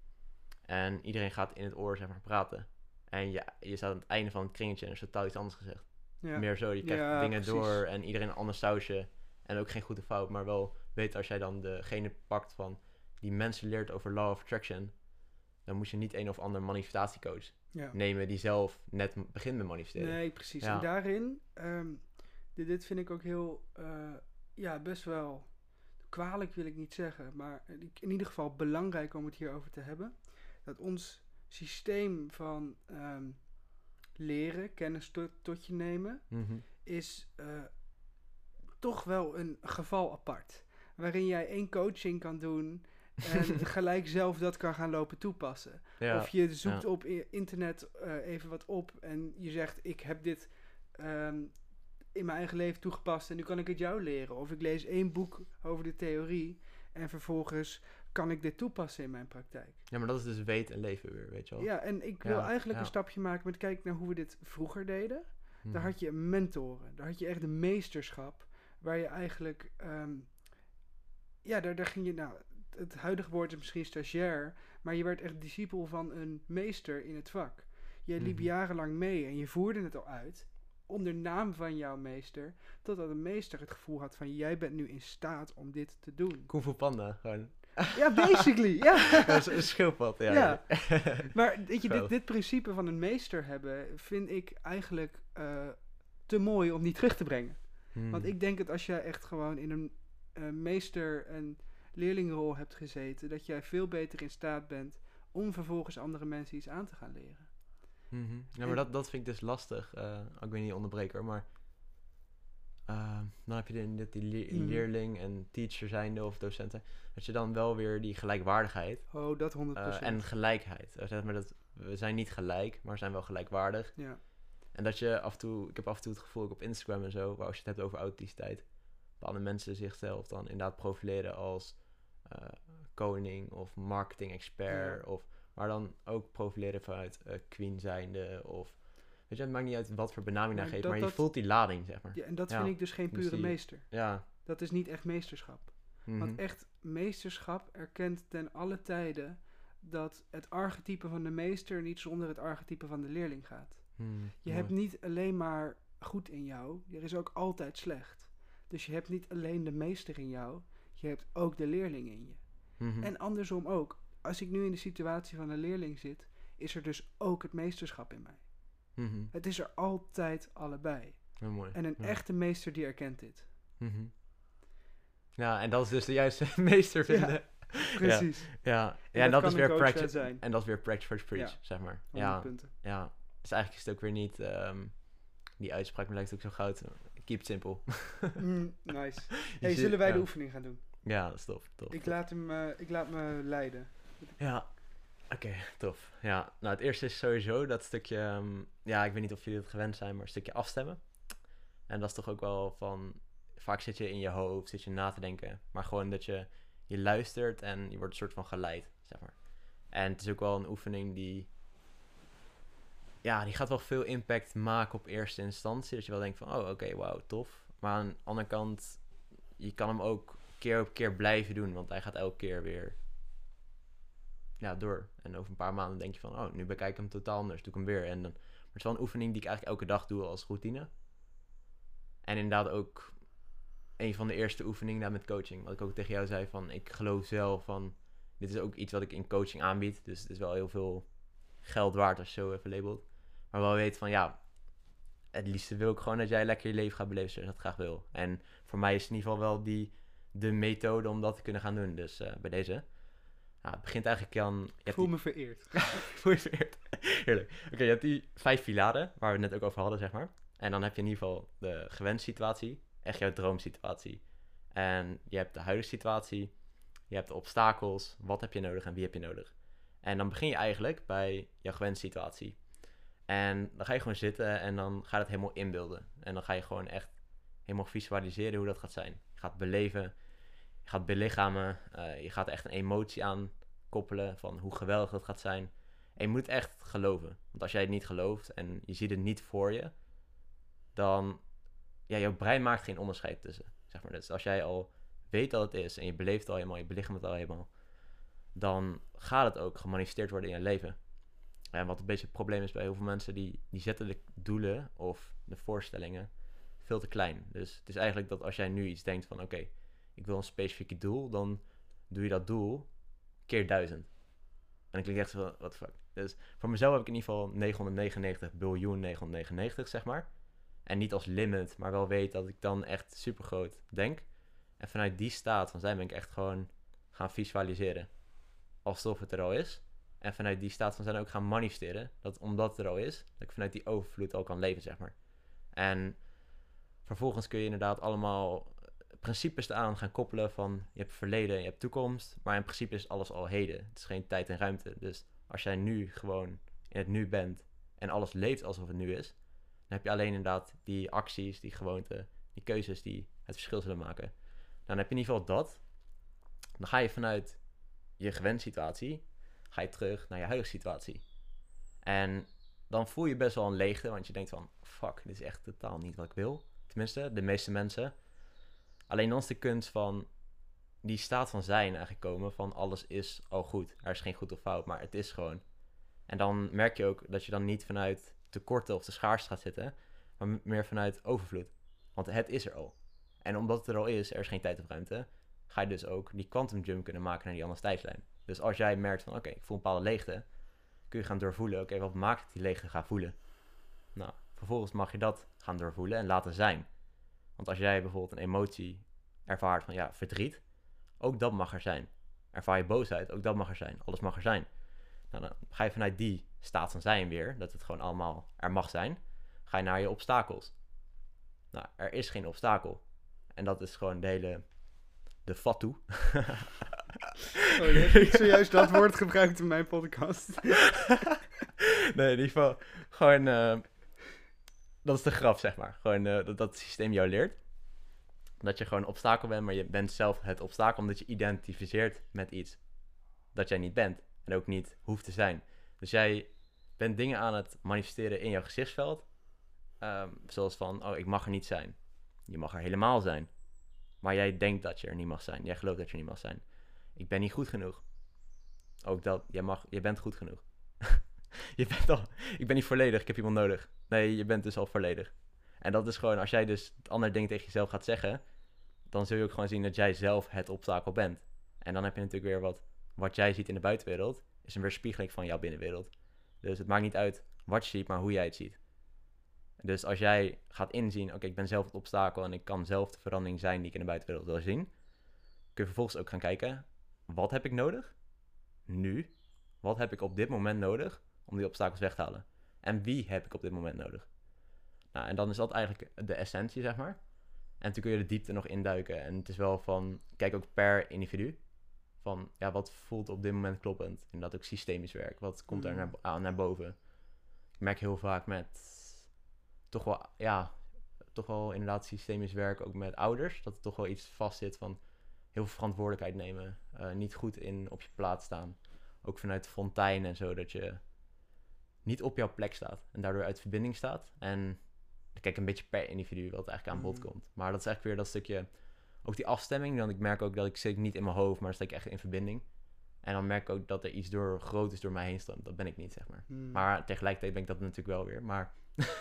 En iedereen gaat in het oor, zeg maar, praten. En ja, je staat aan het einde van het kringetje en er is totaal iets anders gezegd. Ja. Meer zo, je krijgt Ja, dingen precies. door en iedereen een ander sausje. En ook geen goede fout, maar wel weet als jij dan degene pakt van die mensen leert over Law of Attraction, dan moet je niet een of ander manifestatiecoach Ja. nemen die zelf net m- begint met manifesteren. Nee, precies. Ja. En daarin, ehm, dit, dit vind ik ook heel, eh, ja, best wel kwalijk wil ik niet zeggen, maar in ieder geval belangrijk om het hierover te hebben. Dat ons systeem van ehm, leren, kennis tot, tot je nemen, Mhm. is eh, toch wel een geval apart. Waarin jij één coaching kan doen en gelijk zelf dat kan gaan lopen toepassen. Ja. Of je zoekt ja. op i- internet eh, even wat op en je zegt ik heb dit ehm, in mijn eigen leven toegepast en nu kan ik het jou leren. Of ik lees één boek over de theorie en vervolgens kan ik dit toepassen in mijn praktijk. ja, maar dat is dus weten en leven weer, weet je wel. Ja, en ik wil Ja, eigenlijk ja. een stapje maken met kijken naar hoe we dit vroeger deden. Mhm. Daar had je mentoren, daar had je echt een meesterschap, waar je eigenlijk, ehm, ja, daar, daar ging je, nou, het huidige woord is misschien stagiair, maar je werd echt discipel van een meester in het vak. Je liep Mhm. jarenlang mee en je voerde het al uit, onder naam van jouw meester, totdat een meester het gevoel had van, jij bent nu in staat om dit te doen. Kung Fu Panda, gewoon. Ja, basically, ja. Dat is een schildpad, ja. Ja. ja. Maar weet je, dit, Geweldig. dit principe van een meester hebben, vind ik eigenlijk eh, te mooi om niet terug te brengen. Mhm. Want ik denk dat als jij echt gewoon in een eh, meester- en leerlingrol hebt gezeten, dat jij veel beter in staat bent om vervolgens andere mensen iets aan te gaan leren. Mhm. Ja, En- maar dat, dat vind ik dus lastig. eh, ik weet niet onderbreker, maar eh, dan heb je de, de- die le- Mhm. leerling en teacher zijnde of docenten, dat je dan wel weer die gelijkwaardigheid Oh, dat honderd eh, procent. en gelijkheid. Eh, zeg maar dat, we zijn niet gelijk, maar we zijn wel gelijkwaardig. Ja, En dat je af en toe, ik heb af en toe het gevoel ook op Instagram en zo, waar als je het hebt over authenticiteit, bepaalde mensen zichzelf dan inderdaad profileren als eh, koning of marketing expert, Ja. of maar dan ook profileren vanuit eh, queen zijnde of weet je, het maakt niet uit wat voor benaming Maar daar geeft, dat- maar je dat- voelt die lading, zeg maar. ja en dat Ja. vind ik dus geen Dus pure die- meester. Ja. Dat is niet echt meesterschap. Mhm. Want echt meesterschap erkent ten alle tijden dat het archetype van de meester niet zonder het archetype van de leerling gaat. Mhm. Je Mooi. hebt niet alleen maar goed in jou, er is ook altijd slecht. Dus je hebt niet alleen de meester in jou, je hebt ook de leerling in je. Mhm. En andersom ook. Als ik nu in de situatie van een leerling zit, is er dus ook het meesterschap in mij. Mhm. Het is er altijd allebei. Heel mooi. En een Ja. echte meester die erkent dit. Mhm. Ja, en dat is dus de juiste meester vinden. Precies. Ja, ja, En en dat kan is een weer coach practice. zijn. En dat is weer practice what you preach, Ja. zeg maar. honderd Ja, punten. ja. Dus eigenlijk is het ook weer niet, ehm, die uitspraak, maar lijkt ook zo goud. Keep it simple. Mm, nice. Je Hey, ziet- zullen wij ja. de oefening gaan doen? Ja, dat is tof. tof, Ik tof. laat, hem, eh, ik laat me leiden. Ja, oké, tof. Ja, nou het eerste is sowieso dat stukje, ehm, ja, ik weet niet of jullie het gewend zijn, maar een stukje afstemmen. En dat is toch ook wel van, vaak zit je in je hoofd, zit je na te denken, maar gewoon dat je, je luistert en je wordt een soort van geleid, zeg maar. En het is ook wel een oefening die, ja, die gaat wel veel impact maken op eerste instantie. Dat je wel denkt van, oh, oké, wauw, tof. Maar aan de andere kant, je kan hem ook keer op keer blijven doen, want hij gaat elke keer weer ja, door. En over een paar maanden denk je van, oh, nu bekijk ik hem totaal anders, doe ik hem weer. En dan, maar het is wel een oefening die ik eigenlijk elke dag doe als routine. En inderdaad ook een van de eerste oefeningen daar met coaching. Wat ik ook tegen jou zei van, ik geloof zelf van, dit is ook iets wat ik in coaching aanbied. Dus het is wel heel veel geld waard als je zo even labelt. Maar wel weet van, ja, het liefste wil ik gewoon dat jij lekker je leven gaat beleven zoals je dat graag wil. En voor mij is in ieder geval wel die de methode om dat te kunnen gaan doen. Dus uh, bij deze. Nou, het begint eigenlijk aan... Je Ik voel me vereerd. voel je vereerd. Heerlijk. Oké, okay, je hebt die vijf pilaren, waar we het net ook over hadden, zeg maar. En dan heb je in ieder geval de gewenste situatie, echt jouw droomsituatie. En je hebt de huidige situatie, je hebt de obstakels, wat heb je nodig en wie heb je nodig. En dan begin je eigenlijk bij jouw gewenste situatie. En dan ga je gewoon zitten en dan ga je het helemaal inbeelden. En dan ga je gewoon echt helemaal visualiseren hoe dat gaat zijn. Je gaat beleven, je gaat belichamen, uh, je gaat er echt een emotie aan koppelen van hoe geweldig dat gaat zijn. En je moet echt geloven. Want als jij het niet gelooft en je ziet het niet voor je, dan, ja, jouw brein maakt geen onderscheid tussen, zeg maar. Dus als jij al weet dat het is en je beleeft het al helemaal, je belichaamt het al helemaal, dan gaat het ook gemanifesteerd worden in je leven. En wat een beetje het probleem is bij heel veel mensen, die, die zetten de doelen of de voorstellingen veel te klein. Dus het is eigenlijk dat als jij nu iets denkt van, oké, okay, ik wil een specifiek doel, dan doe je dat doel keer duizend. En dan klinkt echt zo, what the fuck. Dus voor mezelf heb ik in ieder geval negenhonderdnegenennegentig biljoen negenhonderdnegenennegentig, zeg maar. En niet als limit, maar wel weet dat ik dan echt super groot denk. En vanuit die staat van zijn ben ik echt gewoon gaan visualiseren. Alsof het er al is. En vanuit die staat van zijn ook gaan manifesteren. Dat omdat het er al is, dat ik vanuit die overvloed al kan leven, zeg maar. En vervolgens kun je inderdaad allemaal principes eraan gaan koppelen van je hebt verleden en je hebt toekomst. Maar in principe is alles al heden. Het is geen tijd en ruimte. Dus als jij nu gewoon in het nu bent en alles leeft alsof het nu is, dan heb je alleen inderdaad die acties, die gewoonten, die keuzes die het verschil zullen maken. Nou, dan heb je in ieder geval dat. Dan ga je vanuit je gewend situatie, ga je terug naar je huidige situatie. En dan voel je best wel een leegte, want je denkt van, fuck, dit is echt totaal niet wat ik wil. Tenminste, de meeste mensen. Alleen dan is de kunst van die staat van zijn eigenlijk komen van alles is al goed. Er is geen goed of fout, maar het is gewoon. En dan merk je ook dat je dan niet vanuit tekorten of de schaarste gaat zitten, maar meer vanuit overvloed. Want het is er al. En omdat het er al is, er is geen tijd of ruimte, ga je dus ook die quantum jump kunnen maken naar die andere tijdslijn. Dus als jij merkt van, oké, okay, ik voel een bepaalde leegte, kun je gaan doorvoelen, oké, okay, wat maakt dat die leegte gaan voelen? Nou, vervolgens mag je dat gaan doorvoelen en laten zijn. Want als jij bijvoorbeeld een emotie ervaart van, ja, verdriet, ook dat mag er zijn. Ervaar je boosheid, ook dat mag er zijn. Alles mag er zijn. Nou, dan ga je vanuit die staat van zijn weer, dat het gewoon allemaal er mag zijn, ga je naar je obstakels. Nou, er is geen obstakel. En dat is gewoon de hele, de fatu. Oh, je hebt zojuist dat woord gebruikt in mijn podcast. Nee, in ieder geval, gewoon, uh, dat is de grap, zeg maar. Gewoon uh, dat, dat het systeem jou leert. Dat je gewoon een obstakel bent, maar je bent zelf het obstakel, omdat je identificeert met iets dat jij niet bent. En ook niet hoeft te zijn. Dus jij bent dingen aan het manifesteren in jouw gezichtsveld. Um, zoals van, oh, ik mag er niet zijn. Je mag er helemaal zijn. Maar jij denkt dat je er niet mag zijn. Jij gelooft dat je er niet mag zijn. Ik ben niet goed genoeg. Ook dat, jij, mag, jij bent goed genoeg. je bent al, ik ben niet volledig, ik heb iemand nodig. Nee, je bent dus al volledig. En dat is gewoon, als jij dus het andere ding tegen jezelf gaat zeggen, dan zul je ook gewoon zien dat jij zelf het obstakel bent. En dan heb je natuurlijk weer wat, wat jij ziet in de buitenwereld, is een weerspiegeling van jouw binnenwereld. Dus het maakt niet uit wat je ziet, maar hoe jij het ziet. Dus als jij gaat inzien, oké, okay, ik ben zelf het obstakel en ik kan zelf de verandering zijn die ik in de buitenwereld wil zien, kun je vervolgens ook gaan kijken, wat heb ik nodig? Nu. Wat heb ik op dit moment nodig om die obstakels weg te halen? En wie heb ik op dit moment nodig? Nou, en dan is dat eigenlijk de essentie, zeg maar. En toen kun je de diepte nog induiken. En het is wel van, kijk ook per individu. Van, ja, wat voelt op dit moment kloppend? Inderdaad ook systemisch werk. Wat komt er naar, aan, naar boven? Ik merk heel vaak met, toch wel, ja, toch wel inderdaad systemisch werk, ook met ouders. Dat er toch wel iets vast zit van heel veel verantwoordelijkheid nemen. Uh, niet goed in op je plaats staan. Ook vanuit de fontein en zo, dat je niet op jouw plek staat. En daardoor uit verbinding staat. En kijk, een beetje per individu wat eigenlijk aan bod mm. komt. Maar dat is eigenlijk weer dat stukje, ook die afstemming. Dan ik merk ook dat ik zit niet in mijn hoofd, maar sta ik echt in verbinding. En dan merk ik ook dat er iets door, groot is door mij heen stroomt. Dat ben ik niet, zeg maar. Mm. Maar tegelijkertijd ben ik dat natuurlijk wel weer. Maar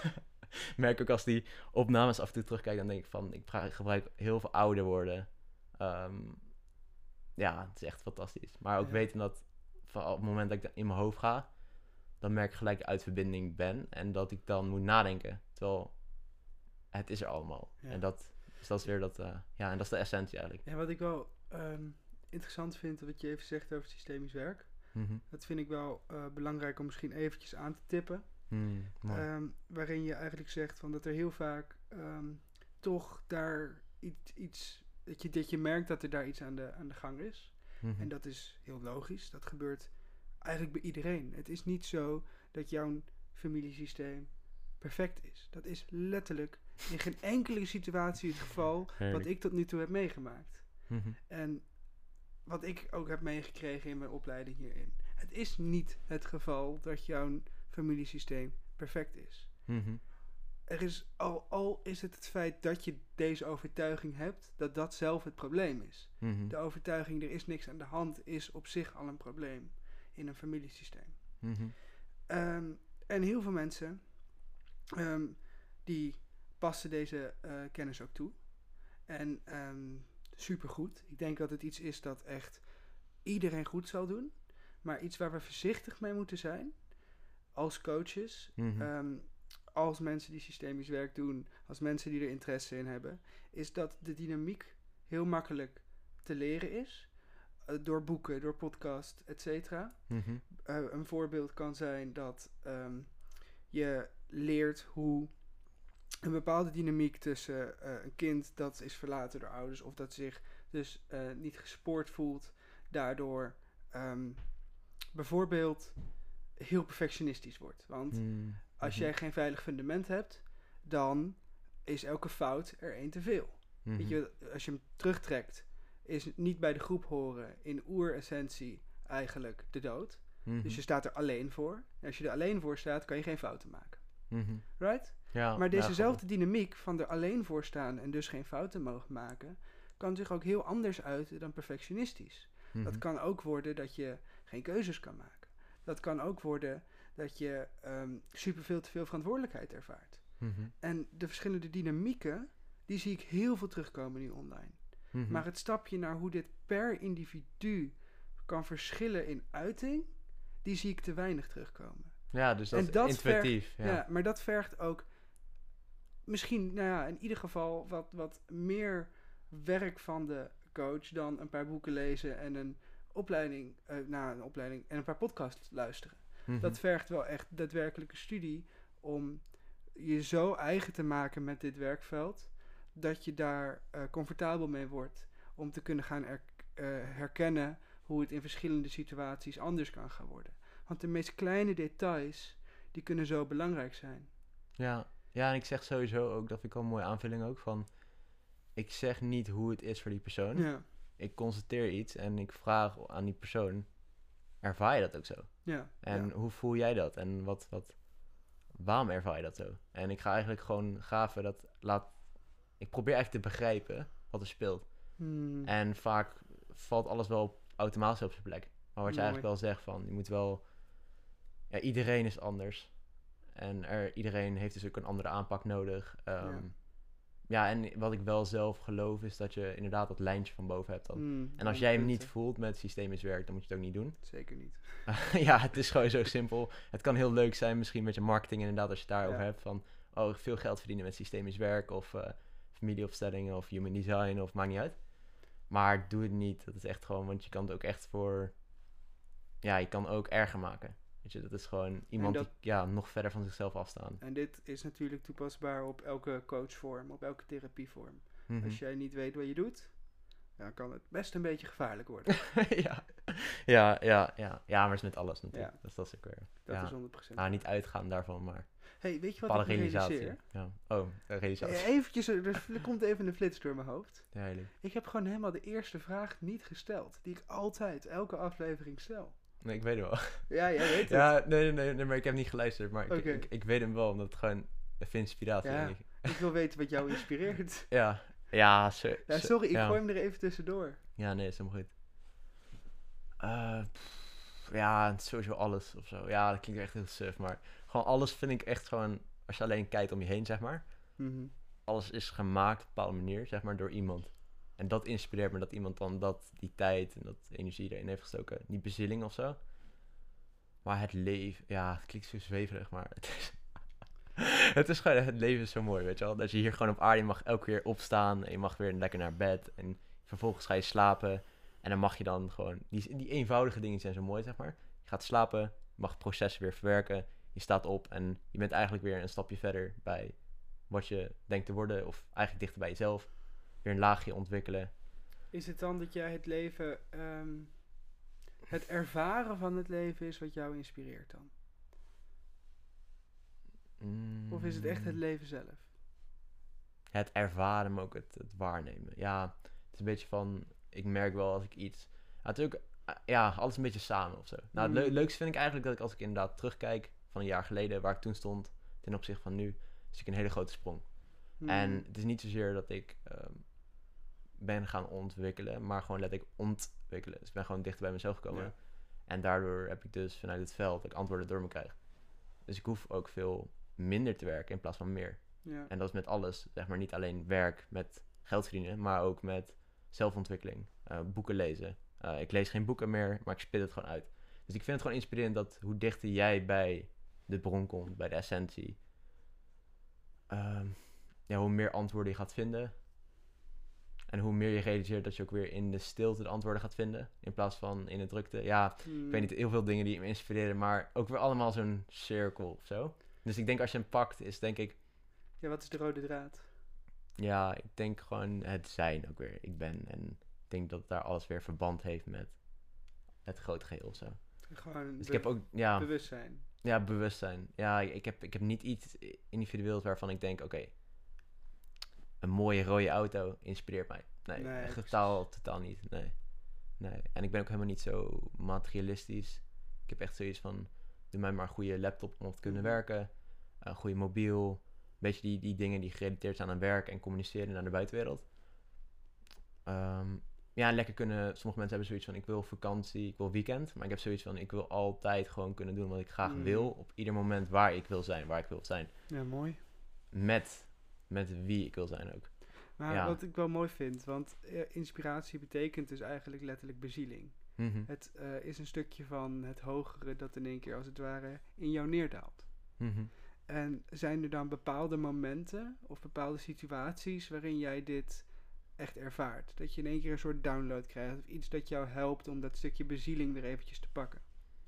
merk ook als die opnames af en toe terugkijk, dan denk ik van, ik gebruik heel veel oude woorden. Um, ja, het is echt fantastisch. Maar ook ja. weten dat van op het moment dat ik in mijn hoofd ga, dan merk ik gelijk uit verbinding ben. En dat ik dan moet nadenken. Terwijl het is er allemaal. Ja. En dat, dus dat is weer dat, uh, ja, en dat is de essentie eigenlijk. Ja, wat ik wel um, interessant vind, wat je even zegt over systemisch werk. Mm-hmm. Dat vind ik wel uh, belangrijk om misschien eventjes aan te tippen. Mm, um, waarin je eigenlijk zegt van dat er heel vaak um, toch daar iets, iets dat, je, dat je merkt dat er daar iets aan de, aan de gang is. Mm-hmm. En dat is heel logisch. Dat gebeurt eigenlijk bij iedereen. Het is niet zo dat jouw familiesysteem perfect is. Dat is letterlijk in geen enkele situatie het geval wat ik tot nu toe heb meegemaakt. Mm-hmm. En wat ik ook heb meegekregen in mijn opleiding hierin. Het is niet het geval dat jouw familiesysteem perfect is. Mhm. Er is, al, al is het het feit dat je deze overtuiging hebt, dat dat zelf het probleem is. Mhm. De overtuiging, er is niks aan de hand, is op zich al een probleem in een familiesysteem. Mhm. Um, en heel veel mensen, um, die passen deze uh, kennis ook toe. En um, supergoed. Ik denk dat het iets is dat echt iedereen goed zal doen. Maar iets waar we voorzichtig mee moeten zijn, als coaches, Mhm. um, als mensen die systemisch werk doen, als mensen die er interesse in hebben, is dat de dynamiek heel makkelijk te leren is. Uh, door boeken, door podcast, et cetera. Mm-hmm. Uh, een voorbeeld kan zijn dat um, je leert hoe een bepaalde dynamiek tussen uh, een kind dat is verlaten door ouders of dat zich dus uh, niet gespoord voelt, daardoor um, bijvoorbeeld heel perfectionistisch wordt. Want mm-hmm. als jij geen veilig fundament hebt, dan is elke fout er één te veel. Mm-hmm. Weet je, als je hem terugtrekt, is niet bij de groep horen in oeressentie eigenlijk de dood. Mm-hmm. Dus je staat er alleen voor. En als je er alleen voor staat, kan je geen fouten maken. Mm-hmm. Right? Ja, maar dezezelfde ja, dynamiek van er alleen voor staan en dus geen fouten mogen maken, kan zich ook heel anders uiten dan perfectionistisch. Mm-hmm. Dat kan ook worden dat je geen keuzes kan maken. Dat kan ook worden dat je um, superveel te veel verantwoordelijkheid ervaart. Mm-hmm. En de verschillende dynamieken, die zie ik heel veel terugkomen nu online. Mm-hmm. Maar het stapje naar hoe dit per individu kan verschillen in uiting, die zie ik te weinig terugkomen. Ja, dus dat en is dat intuïtief. Vergt, ja. ja, maar dat vergt ook misschien, nou ja, in ieder geval wat, wat meer werk van de coach dan een paar boeken lezen en een opleiding, uh, na een opleiding en een paar podcasts luisteren. Mm-hmm. Dat vergt wel echt daadwerkelijke studie om je zo eigen te maken met dit werkveld, dat je daar uh, comfortabel mee wordt om te kunnen gaan er, uh, herkennen hoe het in verschillende situaties anders kan gaan worden. Want de meest kleine details, die kunnen zo belangrijk zijn. Ja, ja, en ik zeg sowieso ook, dat vind ik wel een mooie aanvulling ook, van ik zeg niet hoe het is voor die persoon. Ja. Ik constateer iets en ik vraag aan die persoon, ervaar je dat ook zo? Ja. En ja. hoe voel jij dat? En wat, wat, waarom ervaar je dat zo? En ik ga eigenlijk gewoon gaven dat laat... Ik probeer eigenlijk te begrijpen wat er speelt. Hmm. En vaak valt alles wel automatisch op zijn plek. Maar wat je Mooi. eigenlijk wel zegt van, je moet wel... Ja, iedereen is anders. En er, iedereen heeft dus ook een andere aanpak nodig. Um, ja. ja, en wat ik wel zelf geloof is dat je inderdaad dat lijntje van boven hebt dan. Hmm, en als jij hem niet voelt met systemisch werk, dan moet je het ook niet doen. Zeker niet. Ja, het is gewoon zo simpel. Het kan heel leuk zijn misschien met je marketing inderdaad, als je het daarover ja. hebt van... Oh, veel geld verdienen met systemisch werk of uh, familieopstellingen of human design of maakt niet uit. Maar doe het niet. Dat is echt gewoon, want je kan het ook echt voor... Ja, je kan ook erger maken. Weet je, dat is gewoon iemand dat, die ja, nog verder van zichzelf afstaan. En dit is natuurlijk toepasbaar op elke coachvorm, op elke therapievorm. Mm-hmm. Als jij niet weet wat je doet, dan kan het best een beetje gevaarlijk worden. ja. ja, ja, ja. Ja, maar het is met alles natuurlijk. Ja. Dus dat is ook weer... Dat ja. is honderd procent. Nou, niet uitgaan daarvan, maar... Hey, weet je wat ik realiseer? Ja. Oh, een realisatie. Ja, eventjes, er, er komt even een flits door mijn hoofd. Ja, heel ik heb gewoon helemaal de eerste vraag niet gesteld. Die ik altijd, elke aflevering stel. Nee, ik weet hem wel. Ja, jij weet het. Ja, nee, nee, nee, maar ik heb niet geluisterd. Maar okay. ik, ik, ik weet hem wel, omdat het gewoon even inspiratie ja, is. Ik wil weten wat jou inspireert. ja, ja, so, ja sorry, ik ja. gooi hem er even tussendoor. Ja, nee, is helemaal goed. Uh, pff, ja, sowieso alles of zo. Ja, dat klinkt echt heel suf, maar gewoon alles vind ik echt gewoon, als je alleen kijkt om je heen, zeg maar. Mm-hmm. Alles is gemaakt op een bepaalde manier, zeg maar, door iemand. En dat inspireert me, dat iemand dan dat, die tijd en dat energie erin heeft gestoken. Niet bezieling of zo. Maar het leven, ja, het klinkt zo zweverig, maar het is... het is gewoon, het leven is zo mooi, weet je wel. Dat je hier gewoon op aarde, je mag elke keer opstaan en je mag weer lekker naar bed. En vervolgens ga je slapen en dan mag je dan gewoon... Die, die eenvoudige dingen zijn zo mooi, zeg maar. Je gaat slapen, je mag het proces weer verwerken. Je staat op en je bent eigenlijk weer een stapje verder bij wat je denkt te worden. Of eigenlijk dichter bij jezelf. Weer een laagje ontwikkelen. Is het dan dat jij het leven... Um, het ervaren van het leven is wat jou inspireert dan? Mm. Of is het echt het leven zelf? Het ervaren, maar ook het, het waarnemen. Ja, het is een beetje van... Ik merk wel als ik iets... Natuurlijk, uh, ja, alles een beetje samen of zo. Nou, het Mm. leu- leukste vind ik eigenlijk dat ik als ik inderdaad terugkijk van een jaar geleden waar ik toen stond ten opzichte van nu, zie ik een hele grote sprong. Mm. En het is niet zozeer dat ik um, ben gaan ontwikkelen, maar gewoon letterlijk ontwikkelen. Dus ik ben gewoon dichter bij mezelf gekomen. Ja. En daardoor heb ik dus vanuit het veld dat ik antwoorden door me krijg. Dus ik hoef ook veel minder te werken in plaats van meer. Ja. En dat is met alles, zeg maar niet alleen werk met geld verdienen, maar ook met zelfontwikkeling, uh, boeken lezen. Uh, ik lees geen boeken meer, maar ik spit het gewoon uit. Dus ik vind het gewoon inspirerend dat hoe dichter jij bij de bron komt, bij de essentie, um, ja, hoe meer antwoorden je gaat vinden. En hoe meer je realiseert dat je ook weer in de stilte de antwoorden gaat vinden, in plaats van in de drukte. Ja, Mm. ik weet niet, heel veel dingen die me inspireren, maar ook weer allemaal zo'n cirkel of zo. Dus ik denk als je hem pakt, is denk ik, Ja, wat is de rode draad? ja, ik denk gewoon het zijn ook weer. Ik ben. En ik denk dat daar alles weer verband heeft met het grote geheel of zo. Gewoon Dus be- ik heb ook, ja, bewustzijn. ja, bewustzijn. Ja, ik heb, ik heb niet iets individueels waarvan ik denk, oké, okay, een mooie rode auto inspireert mij. Nee, Nee, echt precies. totaal, totaal niet. Nee. nee. En ik ben ook helemaal niet zo materialistisch. Ik heb echt zoiets van, doe mij maar een goede laptop om te kunnen Mhm. werken. Een goede mobiel. Een beetje die, die dingen die gerelateerd zijn aan werk en communiceren naar de buitenwereld. Um, ja, lekker kunnen. Sommige mensen hebben zoiets van, ik wil vakantie, ik wil weekend. Maar ik heb zoiets van, ik wil altijd gewoon kunnen doen wat ik graag Mhm. wil. Op ieder moment waar ik wil zijn, waar ik wil zijn. Ja, mooi. Met, met wie ik wil zijn ook. Maar Ja. wat ik wel mooi vind, want eh, inspiratie betekent dus eigenlijk letterlijk bezieling. Mhm. Het eh, is een stukje van het hogere dat in één keer als het ware in jou neerdaalt. Mhm. En zijn er dan bepaalde momenten of bepaalde situaties waarin jij dit echt ervaart? Dat je in één keer een soort download krijgt of iets dat jou helpt om dat stukje bezieling weer eventjes te pakken?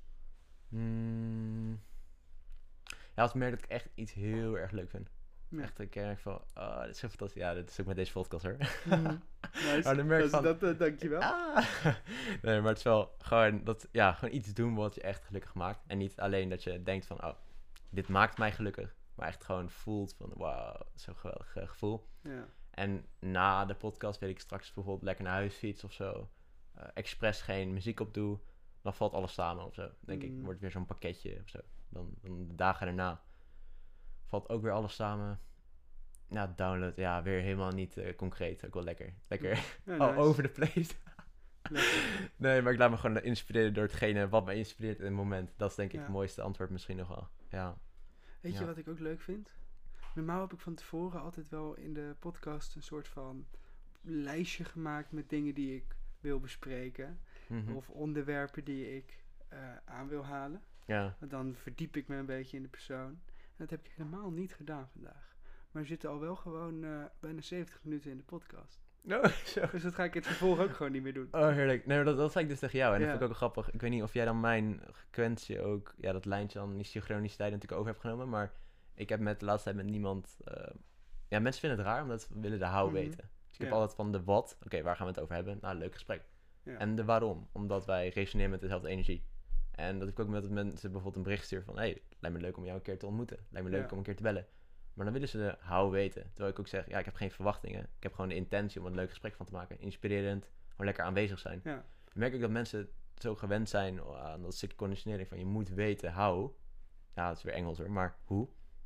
Mm. Ja, als ik merk dat ik echt iets heel erg leuk vind. Ja. Echt, ik merk van, oh, dit is zo fantastisch. Ja, dit is ook met deze podcast hoor. Mhm. Nice. Maar dan merk ik dat, van, dat, dat, dankjewel. Ah. Nee, maar het is wel gewoon, dat, ja, gewoon iets doen wat je echt gelukkig maakt. En niet alleen dat je denkt van, oh, dit maakt mij gelukkig. Maar echt gewoon voelt van, wauw, zo'n geweldig uh, gevoel. Ja. En na de podcast weet ik straks bijvoorbeeld lekker naar huis fiets of zo. Uh, expres geen muziek op doe. Dan valt alles samen of zo. Denk Mm. ik, wordt weer zo'n pakketje of zo. Dan, dan de dagen daarna valt ook weer alles samen. Ja, download, ja, weer helemaal niet uh, concreet. Ook wel lekker. Lekker Ja, all nice. over the place. Lekker. Nee, maar ik laat me gewoon inspireren door hetgene wat me inspireert in het moment. Dat is denk ik Ja. het mooiste antwoord misschien nog wel. Ja. Weet je Ja. wat ik ook leuk vind? Normaal heb ik van tevoren altijd wel in de podcast een soort van lijstje gemaakt met dingen die ik wil bespreken. Mhm. Of onderwerpen die ik eh, aan wil halen. Ja. Want dan verdiep ik me een beetje in de persoon. En dat heb ik helemaal niet gedaan vandaag. Maar we zitten al wel gewoon eh, bijna zeventig minuten in de podcast. Oh, zo. Dus dat ga ik in het vervolg ook gewoon niet meer doen. Oh, heerlijk. Nee, maar dat, dat zei ik dus tegen jou. En Ja. dat vond ik ook wel grappig. Ik weet niet of jij dan mijn frequentie ook... Ja, dat lijntje dan die synchroniciteit natuurlijk over hebt genomen. Maar ik heb met de laatste tijd met niemand... Uh, ja, mensen vinden het raar, omdat we willen de how Mhm. weten. Dus ik heb Ja. altijd van de wat. Oké, okay, waar gaan we het over hebben? Nou, leuk gesprek. Ja. En de waarom. Omdat wij resoneren met dezelfde energie. En dat heb ik ook met mensen bijvoorbeeld een bericht sturen van... Hé, hey, lijkt me leuk om jou een keer te ontmoeten. Lijkt me leuk Ja. om een keer te bellen. Maar dan willen ze de how weten. Terwijl ik ook zeg, ja, ik heb geen verwachtingen. Ik heb gewoon de intentie om er een leuk gesprek van te maken. Inspirerend. Gewoon lekker aanwezig zijn. Ja. Dan merk ik dat mensen zo gewend zijn aan dat stukje conditionering van je moet weten how. Ja, dat is weer Engels hoor, maar hoe.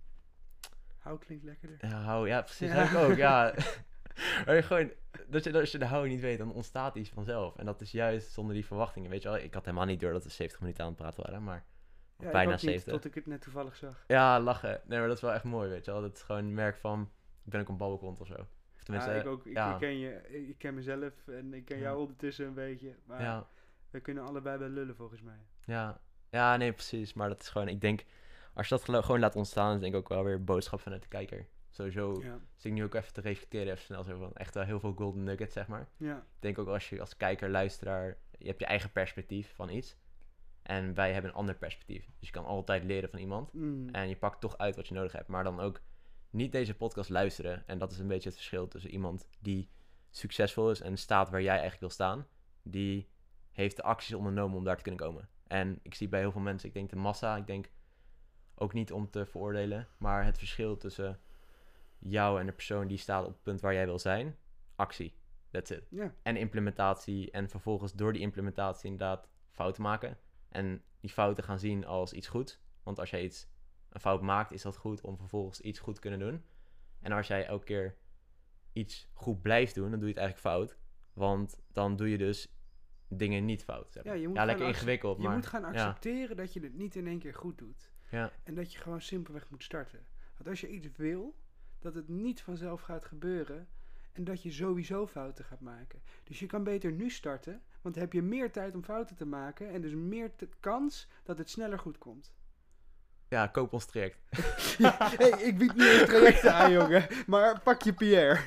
Hou klinkt lekkerder. Ja, how, ja precies, Ja. heb ik ook, ja. Maar je gewoon, dat je, als je de how niet weet, dan ontstaat iets vanzelf. En dat is juist zonder die verwachtingen, weet je wel. Ik had helemaal niet door dat we zeventig minuten aan het praten waren, maar Ja, bijna ik ook niet, zeventig. tot ik het net toevallig zag. Ja, lachen. Nee, maar dat is wel echt mooi, weet je wel. Dat is gewoon een merk van, ik ben ook een babbelkont of zo. Of tenminste, ja, ik ook. Ik, ja. ik ken je, ik, ik ken mezelf en ik ken Ja. jou ondertussen een beetje. Maar Ja, we kunnen allebei wel lullen volgens mij. ja. Ja, nee, precies. Maar dat is gewoon, ik denk, als je dat gelo- gewoon laat ontstaan, is denk ik ook wel weer een boodschap vanuit de kijker. Sowieso Ja. zit ik nu ook even te reflecteren, even snel zo van, echt wel heel veel golden nuggets, zeg maar. Ja. Ik denk ook als je als kijker, luisteraar, je hebt je eigen perspectief van iets. En wij hebben een ander perspectief. Dus je kan altijd leren van iemand. Mm. En je pakt toch uit wat je nodig hebt. Maar dan ook niet deze podcast luisteren. En dat is een beetje het verschil tussen iemand die succesvol is en staat waar jij eigenlijk wil staan. Die heeft de acties ondernomen om daar te kunnen komen. En ik zie bij heel veel mensen, ik denk de massa, ik denk ook niet om te veroordelen. Maar het verschil tussen jou en de persoon die staat op het punt waar jij wil zijn, actie. That's it. Ja. En implementatie en vervolgens door die implementatie inderdaad fouten maken. En die fouten gaan zien als iets goed. Want als jij iets, een fout maakt, is dat goed om vervolgens iets goed te kunnen doen. En als jij elke keer iets goed blijft doen, dan doe je het eigenlijk fout. Want dan doe je dus dingen niet fout. Zeg maar. Ja, je moet ja lekker gaan ingewikkeld, Je maar... moet gaan ja. accepteren dat je het niet in één keer goed doet. Ja. En dat je gewoon simpelweg moet starten. Want als je iets wil, dat het niet vanzelf gaat gebeuren. En dat je sowieso fouten gaat maken. Dus je kan beter nu starten. Want dan heb je meer tijd om fouten te maken. En dus meer te- kans dat het sneller goed komt. Ja, koop ons traject. Hey, ik bied nu een traject aan, jongen. Maar pak je Pierre.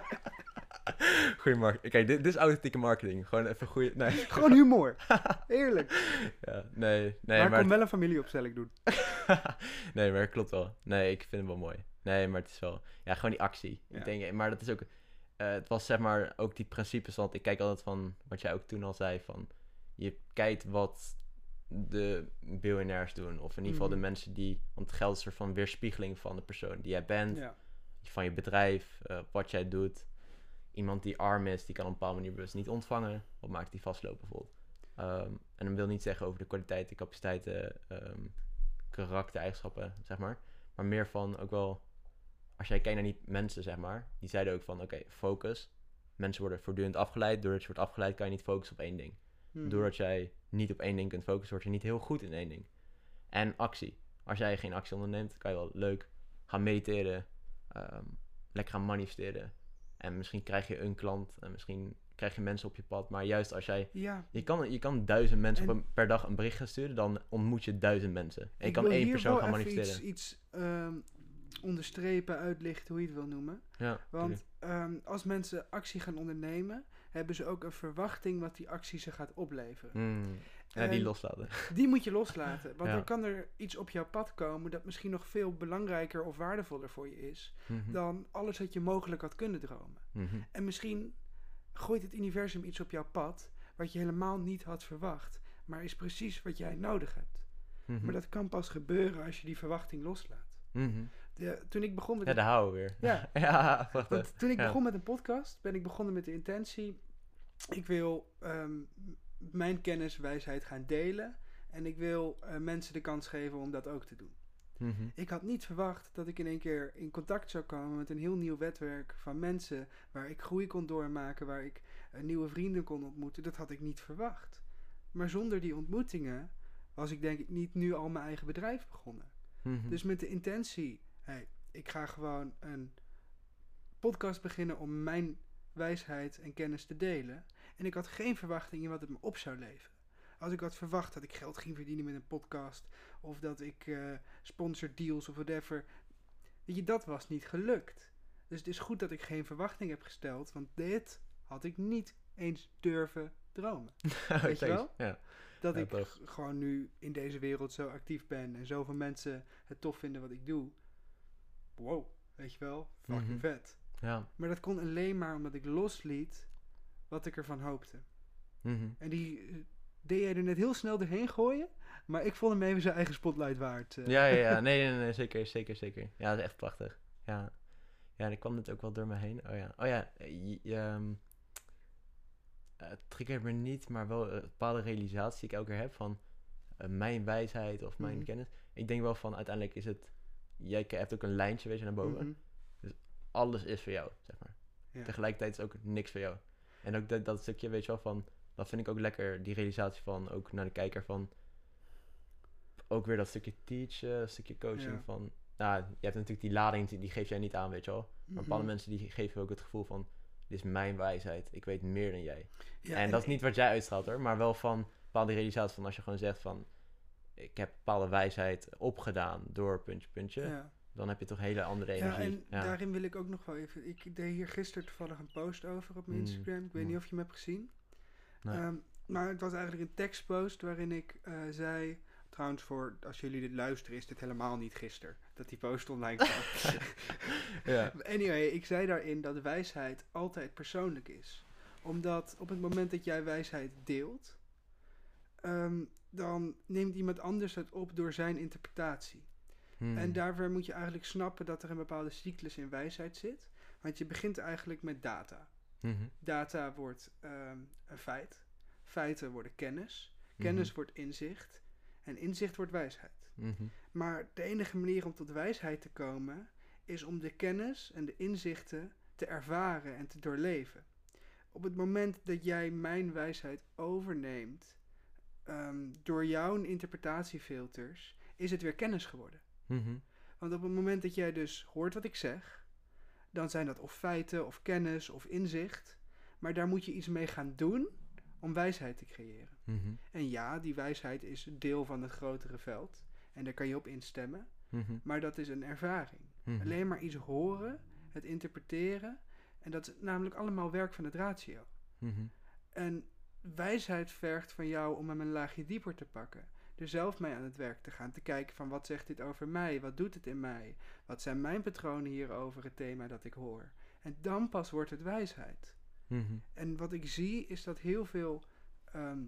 Goeie marketing. Kijk, dit, dit is authentieke marketing. Gewoon even goede... Nee. Gewoon humor. Eerlijk. Ja, nee. nee maar maar ik kon wel een familieopstelling doen. nee, maar klopt wel. Nee, ik vind het wel mooi. Nee, maar het is wel... Ja, gewoon die actie. Ja. Ik denk, maar dat is ook... Uh, het was zeg maar ook die principes, want ik kijk altijd van... Wat jij ook toen al zei, van... Je kijkt wat de biljonairs doen. Of in ieder geval Mhm. de mensen die... Want geld is een soort van weerspiegeling van de persoon die jij bent. Ja. Van je bedrijf, uh, wat jij doet. Iemand die arm is, die kan op een bepaalde manier bewust niet ontvangen. Wat maakt die vastlopen bijvoorbeeld. Um, en dat wil niet zeggen over de kwaliteiten, capaciteiten, um, karaktereigenschappen, zeg maar. Maar meer van ook wel, als jij kijkt naar die mensen, zeg maar. Die zeiden ook van, oké, okay, focus. Mensen worden voortdurend afgeleid. Doordat je wordt afgeleid, kan je niet focussen op één ding. Mhm. Doordat jij niet op één ding kunt focussen, word je niet heel goed in één ding. En actie. Als jij geen actie onderneemt, kan je wel leuk gaan mediteren. Um, lekker gaan manifesteren. En misschien krijg je een klant en misschien krijg je mensen op je pad. Maar juist als jij... Ja. Je kan, je kan duizend mensen En- op een, per dag een bericht gaan sturen, dan ontmoet je duizend mensen. En je Ik kan wil één hier persoon wel gaan even manifesteren. Iets, iets ehm, onderstrepen, uitlichten, hoe je het wil noemen. Ja, Want ehm, als mensen actie gaan ondernemen, hebben ze ook een verwachting wat die actie ze gaat opleveren. mm, ja, die En loslaten. die moet je loslaten. Want Ja. dan kan er iets op jouw pad komen dat misschien nog veel belangrijker of waardevoller voor je is Mhm, dan alles wat je mogelijk had kunnen dromen. mhm, En misschien gooit het universum iets op jouw pad wat je helemaal niet had verwacht, maar is precies wat jij nodig hebt. mhm, Maar dat kan pas gebeuren als je die verwachting loslaat. mhm. De, toen ik begon met Ja, een- daar houden we weer. Ja. ja, wacht want even. toen ik Ja. begon met een podcast, ben ik begonnen met de intentie. Ik wil ehm, mijn kennis, wijsheid gaan delen. En ik wil eh, mensen de kans geven om dat ook te doen. Mhm, Ik had niet verwacht dat ik in één keer in contact zou komen met een heel nieuw netwerk van mensen waar ik groei kon doormaken, waar ik uh, nieuwe vrienden kon ontmoeten. Dat had ik niet verwacht. Maar zonder die ontmoetingen was ik denk ik niet nu al mijn eigen bedrijf begonnen. mhm. Dus met de intentie, hey, ik ga gewoon een podcast beginnen om mijn wijsheid en kennis te delen. En ik had geen verwachting in wat het me op zou leveren. Als ik had verwacht dat ik geld ging verdienen met een podcast, of dat ik uh, sponsor deals of whatever, weet je, dat was niet gelukt. Dus het is goed dat ik geen verwachting heb gesteld, want dit had ik niet eens durven dromen. Weet je wel? Ja. Dat Ja, ik toch. g- gewoon nu in deze wereld zo actief ben en zoveel mensen het tof vinden wat ik doe. Wow, weet je wel? Fucking Mhm. vet. Ja. Maar dat kon alleen maar omdat ik losliet wat ik ervan hoopte. Mhm. En die eh, deed jij er net heel snel doorheen gooien, maar ik vond hem even zijn eigen spotlight waard. eh. Ja, ja, ja. Nee, nee, nee, zeker, zeker, zeker. Ja, dat is echt prachtig. Ja. Ja, en ik kwam het ook wel door me heen. Oh ja, oh ja. Je, je, ehm, het triggert me niet, maar wel een bepaalde realisatie die ik elke keer heb van eh, mijn wijsheid of mijn Mhm. kennis. Ik denk wel van uiteindelijk is het, jij hebt ook een lijntje, weet je, naar boven. Mhm. Alles is voor jou, zeg maar. Ja. Tegelijkertijd is ook niks voor jou. En ook dat, dat stukje, weet je wel, van, dat vind ik ook lekker, die realisatie van, ook naar de kijker van, ook weer dat stukje teachen, dat stukje coaching Ja. van, nou, je hebt natuurlijk die lading, die, die geef jij niet aan, weet je wel. Maar Mhm. bepaalde mensen die geven ook het gevoel van, dit is mijn wijsheid, ik weet meer dan jij. Ja, en dat is niet wat jij uitstraalt hoor, maar wel van, bepaalde realisatie van, als je gewoon zegt van, ik heb bepaalde wijsheid opgedaan door puntje, puntje, Ja. dan heb je toch hele andere Ja, energie. en Ja, daarin wil ik ook nog wel even... Ik deed hier gisteren toevallig een post over op mijn Mm, Instagram. Ik weet mm. niet of je hem hebt gezien. Nee. Ehm, maar het was eigenlijk een tekstpost waarin ik eh, zei... Trouwens, voor als jullie dit luisteren, is dit helemaal niet gisteren. Dat die post online kwam. ja. Anyway, ik zei daarin dat wijsheid altijd persoonlijk is. Omdat op het moment dat jij wijsheid deelt... ehm, dan neemt iemand anders het op door zijn interpretatie. Hmm. En daarvoor moet je eigenlijk snappen dat er een bepaalde cyclus in wijsheid zit. Want je begint eigenlijk met data. Mhm. Data wordt ehm, een feit. Feiten worden kennis. Kennis Mhm. wordt inzicht. En inzicht wordt wijsheid. Mhm. Maar de enige manier om tot wijsheid te komen is om de kennis en de inzichten te ervaren en te doorleven. Op het moment dat jij mijn wijsheid overneemt ehm, door jouw interpretatiefilters, is het weer kennis geworden. Mhm. Want op het moment dat jij dus hoort wat ik zeg, dan zijn dat of feiten of kennis of inzicht. Maar daar moet je iets mee gaan doen om wijsheid te creëren. Mhm. En ja, die wijsheid is deel van het grotere veld. En daar kan je op instemmen. Mhm. Maar dat is een ervaring. Mhm. Alleen maar iets horen, het interpreteren. En dat is namelijk allemaal werk van het ratio. Mhm. En wijsheid vergt van jou om hem een laagje dieper te pakken. Er zelf mee aan het werk te gaan. Te kijken van wat zegt dit over mij? Wat doet het in mij? Wat zijn mijn patronen hier over het thema dat ik hoor? En dan pas wordt het wijsheid. Mhm. En wat ik zie is dat heel veel ehm,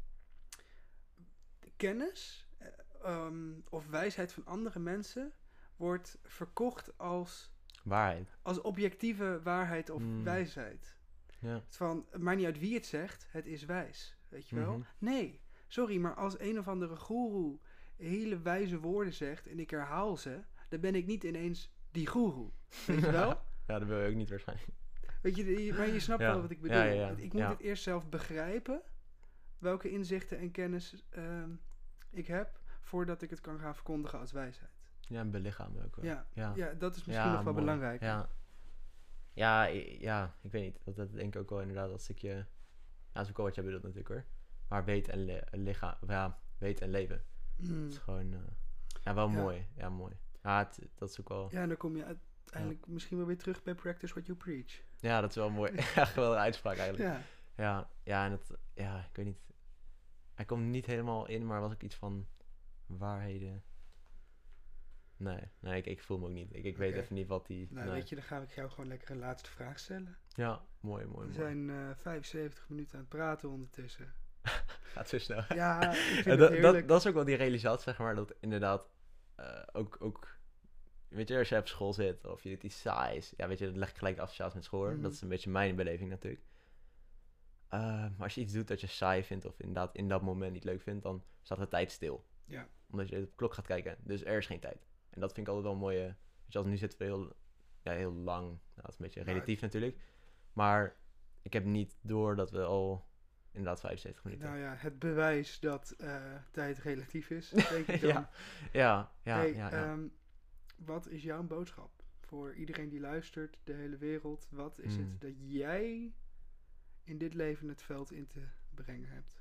kennis eh, ehm, of wijsheid van andere mensen wordt verkocht als, Waarheid. als objectieve waarheid of Mm. wijsheid. Ja. Het van, het maakt niet uit wie het zegt, het is wijs. Weet je wel? Mhm. Nee, sorry, maar als een of andere goeroe hele wijze woorden zegt en ik herhaal ze, dan ben ik niet ineens die goeroe. Weet je wel? Ja, dat wil je ook niet waarschijnlijk. Weet je, je- maar je snapt Ja. wel wat ik bedoel. Ja, ja, ja. Ik moet Ja. het eerst zelf begrijpen, welke inzichten en kennis ehm, ik heb, voordat ik het kan gaan verkondigen als wijsheid. Ja, en belichamen ook wel. Ja, Ja, ja dat is misschien Ja, nog wel mooi. belangrijk. Ja. Ja, i- ja, ik weet niet. Dat, dat denk ik ook wel inderdaad. Dat stukje... Ja, dat is ook wel wat jij bedoelt natuurlijk hoor. Maar weten en, le- lichaam... of Ja, weten en leven. Mm. Dat is gewoon... eh, ja, wel Ja. mooi. Ja, mooi. Ja, het, dat is ook wel... Ja, en dan kom je uiteindelijk misschien wel weer terug bij practice what you preach. Ja, dat is wel mooi. Ja, geweldige uitspraak eigenlijk. Ja, Ja, ja, en het... Ja, ik weet niet. Hij komt niet helemaal in, maar was ook iets van... Waarheden... Nee, nee ik, ik voel me ook niet. Ik, ik weet Oké. even niet wat die... nou nee. weet je, dan ga ik jou gewoon lekker een laatste vraag stellen. Ja, mooi, mooi, We mooi. zijn eh, vijfenzeventig minuten aan het praten ondertussen. Gaat zo snel. Ja, ik vind En het dat, heerlijk. dat, dat is ook wel die realisatie, zeg maar, dat inderdaad eh, ook, ook, weet je, als je op school zit of je dit iets saai is, ja, weet je, dat leg ik gelijk de associatie met school, hoor. Mhm. Dat is een beetje mijn beleving natuurlijk. Eh, maar als je iets doet dat je saai vindt of inderdaad in dat moment niet leuk vindt, dan staat de tijd stil. Ja. Omdat je op de klok gaat kijken, dus er is geen tijd. En dat vind ik altijd wel een mooie, weet je, als nu zitten we heel, ja, heel lang, nou, dat is een beetje Nou, relatief natuurlijk, maar ik heb niet door dat we al inderdaad vijfenzeventig minuten. Nou ja, het bewijs dat eh, tijd relatief is, denk ik dan. ja, ja, ja, Hey, ja, ja. ehm, wat is jouw boodschap voor iedereen die luistert, de hele wereld? Wat is Hmm. het dat jij in dit leven het veld in te brengen hebt?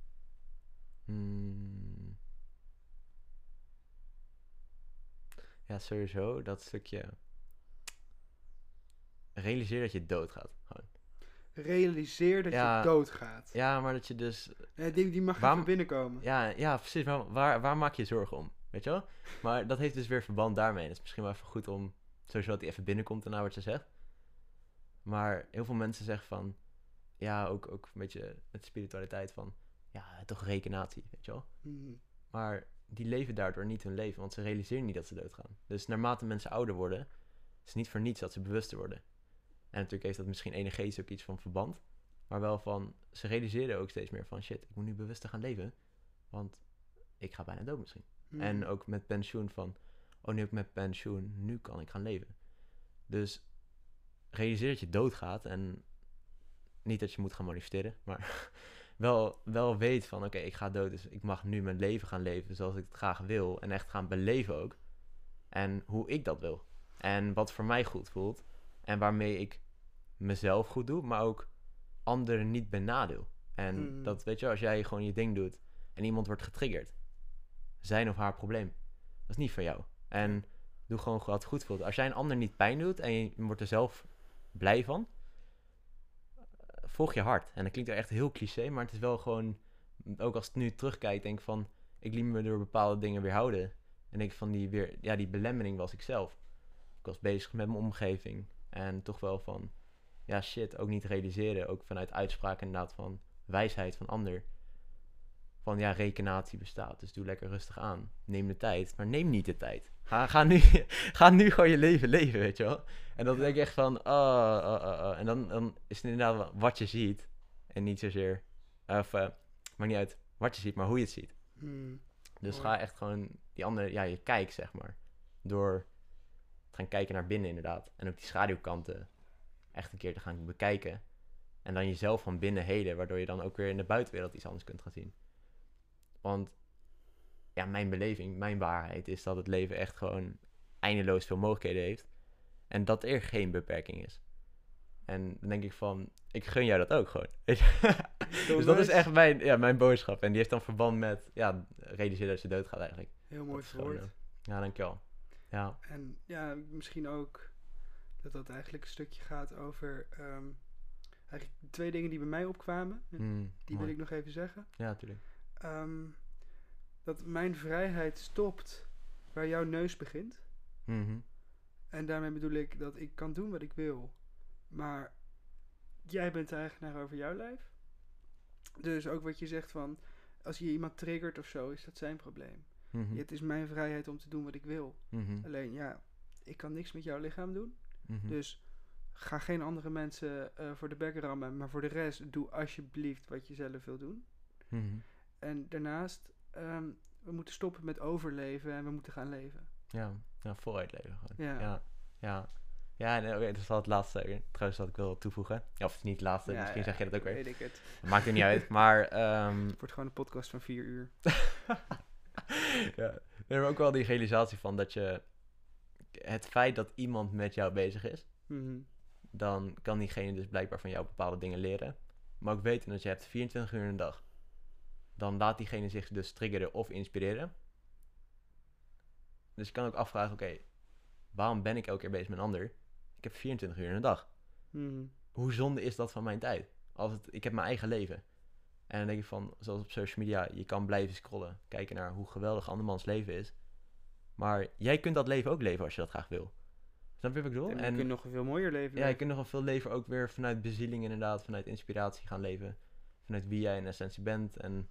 Hmm. Ja, sowieso dat stukje. Realiseer dat je doodgaat. Gewoon. Realiseer dat Ja. je doodgaat. Ja, maar dat je dus. Eh, die, die mag Waarom- even binnenkomen. Ja, ja precies. Maar waar, waar maak je je zorgen om? Weet je wel? Maar dat heeft dus weer verband daarmee. Dat is misschien wel even goed om. Sowieso dat hij even binnenkomt en nou wat je zegt. Maar heel veel mensen zeggen van. Ja, ook, ook een beetje met spiritualiteit van. Ja, toch rekenatie, weet je wel? Mhm. Maar die leven daardoor niet hun leven, want ze realiseren niet dat ze doodgaan. Dus naarmate mensen ouder worden, is het niet voor niets dat ze bewuster worden. En natuurlijk heeft dat misschien energetisch ook iets van verband. Maar wel van, ze realiseren ook steeds meer van, shit, ik moet nu bewuster gaan leven. Want ik ga bijna dood misschien. Mhm. En ook met pensioen van, oh nu heb ik met pensioen, nu kan ik gaan leven. Dus realiseer dat je doodgaat en niet dat je moet gaan manifesteren, maar wel, wel weet van, oké, ik ga dood, dus ik mag nu mijn leven gaan leven zoals ik het graag wil en echt gaan beleven ook. En hoe ik dat wil. En wat voor mij goed voelt en waarmee ik mezelf goed doe, maar ook anderen niet benadeel. En Mm. dat, weet je, als jij gewoon je ding doet en iemand wordt getriggerd, zijn of haar probleem. Dat is niet van jou. En doe gewoon wat goed voelt. Als jij een ander niet pijn doet en je wordt er zelf blij van, volg je hart. En dat klinkt echt heel cliché, maar het is wel gewoon, ook als ik nu terugkijk, denk ik van, ik liet me door bepaalde dingen weerhouden. En denk van die weer, ja, die belemmering was ik zelf. Ik was bezig met mijn omgeving. En toch wel van, ja shit, ook niet realiseren. Ook vanuit uitspraken inderdaad van wijsheid van ander. Van ja, rekenatie bestaat. Dus doe lekker rustig aan. Neem de tijd, maar neem niet de tijd. Ga, ga, nu, ga nu gewoon je leven leven, weet je wel. En dan denk ik echt van, oh, oh, oh, oh. En dan, dan is het inderdaad wat je ziet. En niet zozeer, of, uh, maakt niet uit wat je ziet, maar hoe je het ziet. Hmm. Dus Mooi. ga echt gewoon die andere, ja, je kijkt, zeg maar. Door te gaan kijken naar binnen, inderdaad. En ook die schaduwkanten echt een keer te gaan bekijken. En dan jezelf van binnen heden, waardoor je dan ook weer in de buitenwereld iets anders kunt gaan zien. Want, ja, mijn beleving, mijn waarheid is dat het leven echt gewoon eindeloos veel mogelijkheden heeft. En dat er geen beperking is. En dan denk ik van, ik gun jou dat ook gewoon. Weet je? Dus dat is nice. echt mijn, ja, mijn boodschap. En die heeft dan verband met, ja, realiseer dat je doodgaat eigenlijk. Heel mooi Dat is gewoon, verwoord. eh, ja, dankjewel. Ja. En ja, misschien ook dat dat eigenlijk een stukje gaat over... ehm, eigenlijk twee dingen die bij mij opkwamen. Mm, Die mooi. wil ik nog even zeggen. Ja, natuurlijk. Ehm, dat mijn vrijheid stopt waar jouw neus begint. Mhm. En daarmee bedoel ik dat ik kan doen wat ik wil. Maar jij bent de eigenaar over jouw lijf. Dus ook wat je zegt van... Als je iemand triggert of zo, is dat zijn probleem. Mhm. Het is mijn vrijheid om te doen wat ik wil. Mhm. Alleen ja, ik kan niks met jouw lichaam doen. Mhm. Dus ga geen andere mensen uh, voor de bek rammen. Maar voor de rest, doe alsjeblieft wat je zelf wil doen. Mhm. En daarnaast, um, we moeten stoppen met overleven en we moeten gaan leven. Ja, ja, voluit leven gewoon. Ja. Ja, ja. Ja, en oké, dat is wel het laatste weer. Trouwens, wat ik wil toevoegen. Ja, of het is niet het laatste, Ja, misschien ja, zeg je dat ook weer. weet ik het. Maakt er niet uit, maar... ehm Het wordt gewoon een podcast van vier uur. ja, we hebben ook wel die realisatie van dat je... Het feit dat iemand met jou bezig is, Mm-hmm. dan kan diegene dus blijkbaar van jou bepaalde dingen leren. Maar ook weten dat je hebt vierentwintig uur in een dag. Dan laat diegene zich dus triggeren of inspireren. Dus je kan ook afvragen, oké, okay, waarom ben ik elke keer bezig met een ander? Ik heb vierentwintig uur in een dag. Mm-hmm. Hoe zonde is dat van mijn tijd? Als het, ik heb mijn eigen leven. En dan denk ik van, zoals op social media, je kan blijven scrollen. Kijken naar hoe geweldig andermans leven is. Maar jij kunt dat leven ook leven als je dat graag wil. Snap je wat ik bedoel? En je En kunt nog een veel mooier leven. ja, je kunt nog een veel leven ook weer vanuit bezieling inderdaad. Vanuit inspiratie gaan leven. Vanuit wie jij in essentie bent. En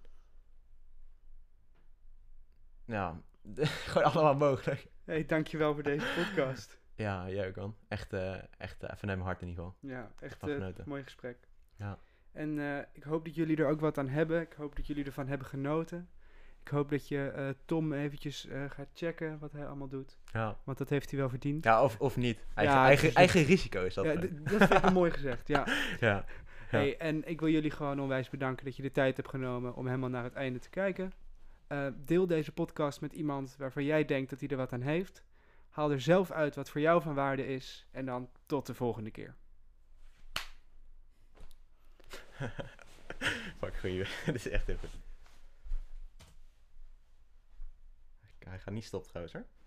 ja, gewoon allemaal mogelijk. Hey, dankjewel voor deze podcast. Ja, jij ook man. Echt, uh, echt uh, vanuit mijn hart in ieder geval. Ja, echt Van een genoten. mooi gesprek. Ja. En uh, ik hoop dat jullie er ook wat aan hebben. Ik hoop dat jullie ervan hebben genoten. Ik hoop dat je uh, Tom eventjes uh, gaat checken wat hij allemaal doet. Ja. Want dat heeft hij wel verdiend. Ja, of, of niet. Eigen, Ja, eigen, dus eigen risico is dat. Ja, d- dat vind ik mooi gezegd, ja. ja. Ja. Hey, en ik wil jullie gewoon onwijs bedanken dat je de tijd hebt genomen om helemaal naar het einde te kijken. Uh, deel deze podcast met iemand waarvan jij denkt dat hij er wat aan heeft. Haal er zelf uit wat voor jou van waarde is. En dan tot de volgende keer. Fuck, goeie. Dit is echt heel goed. Hij gaat niet stoppen trouwens hoor.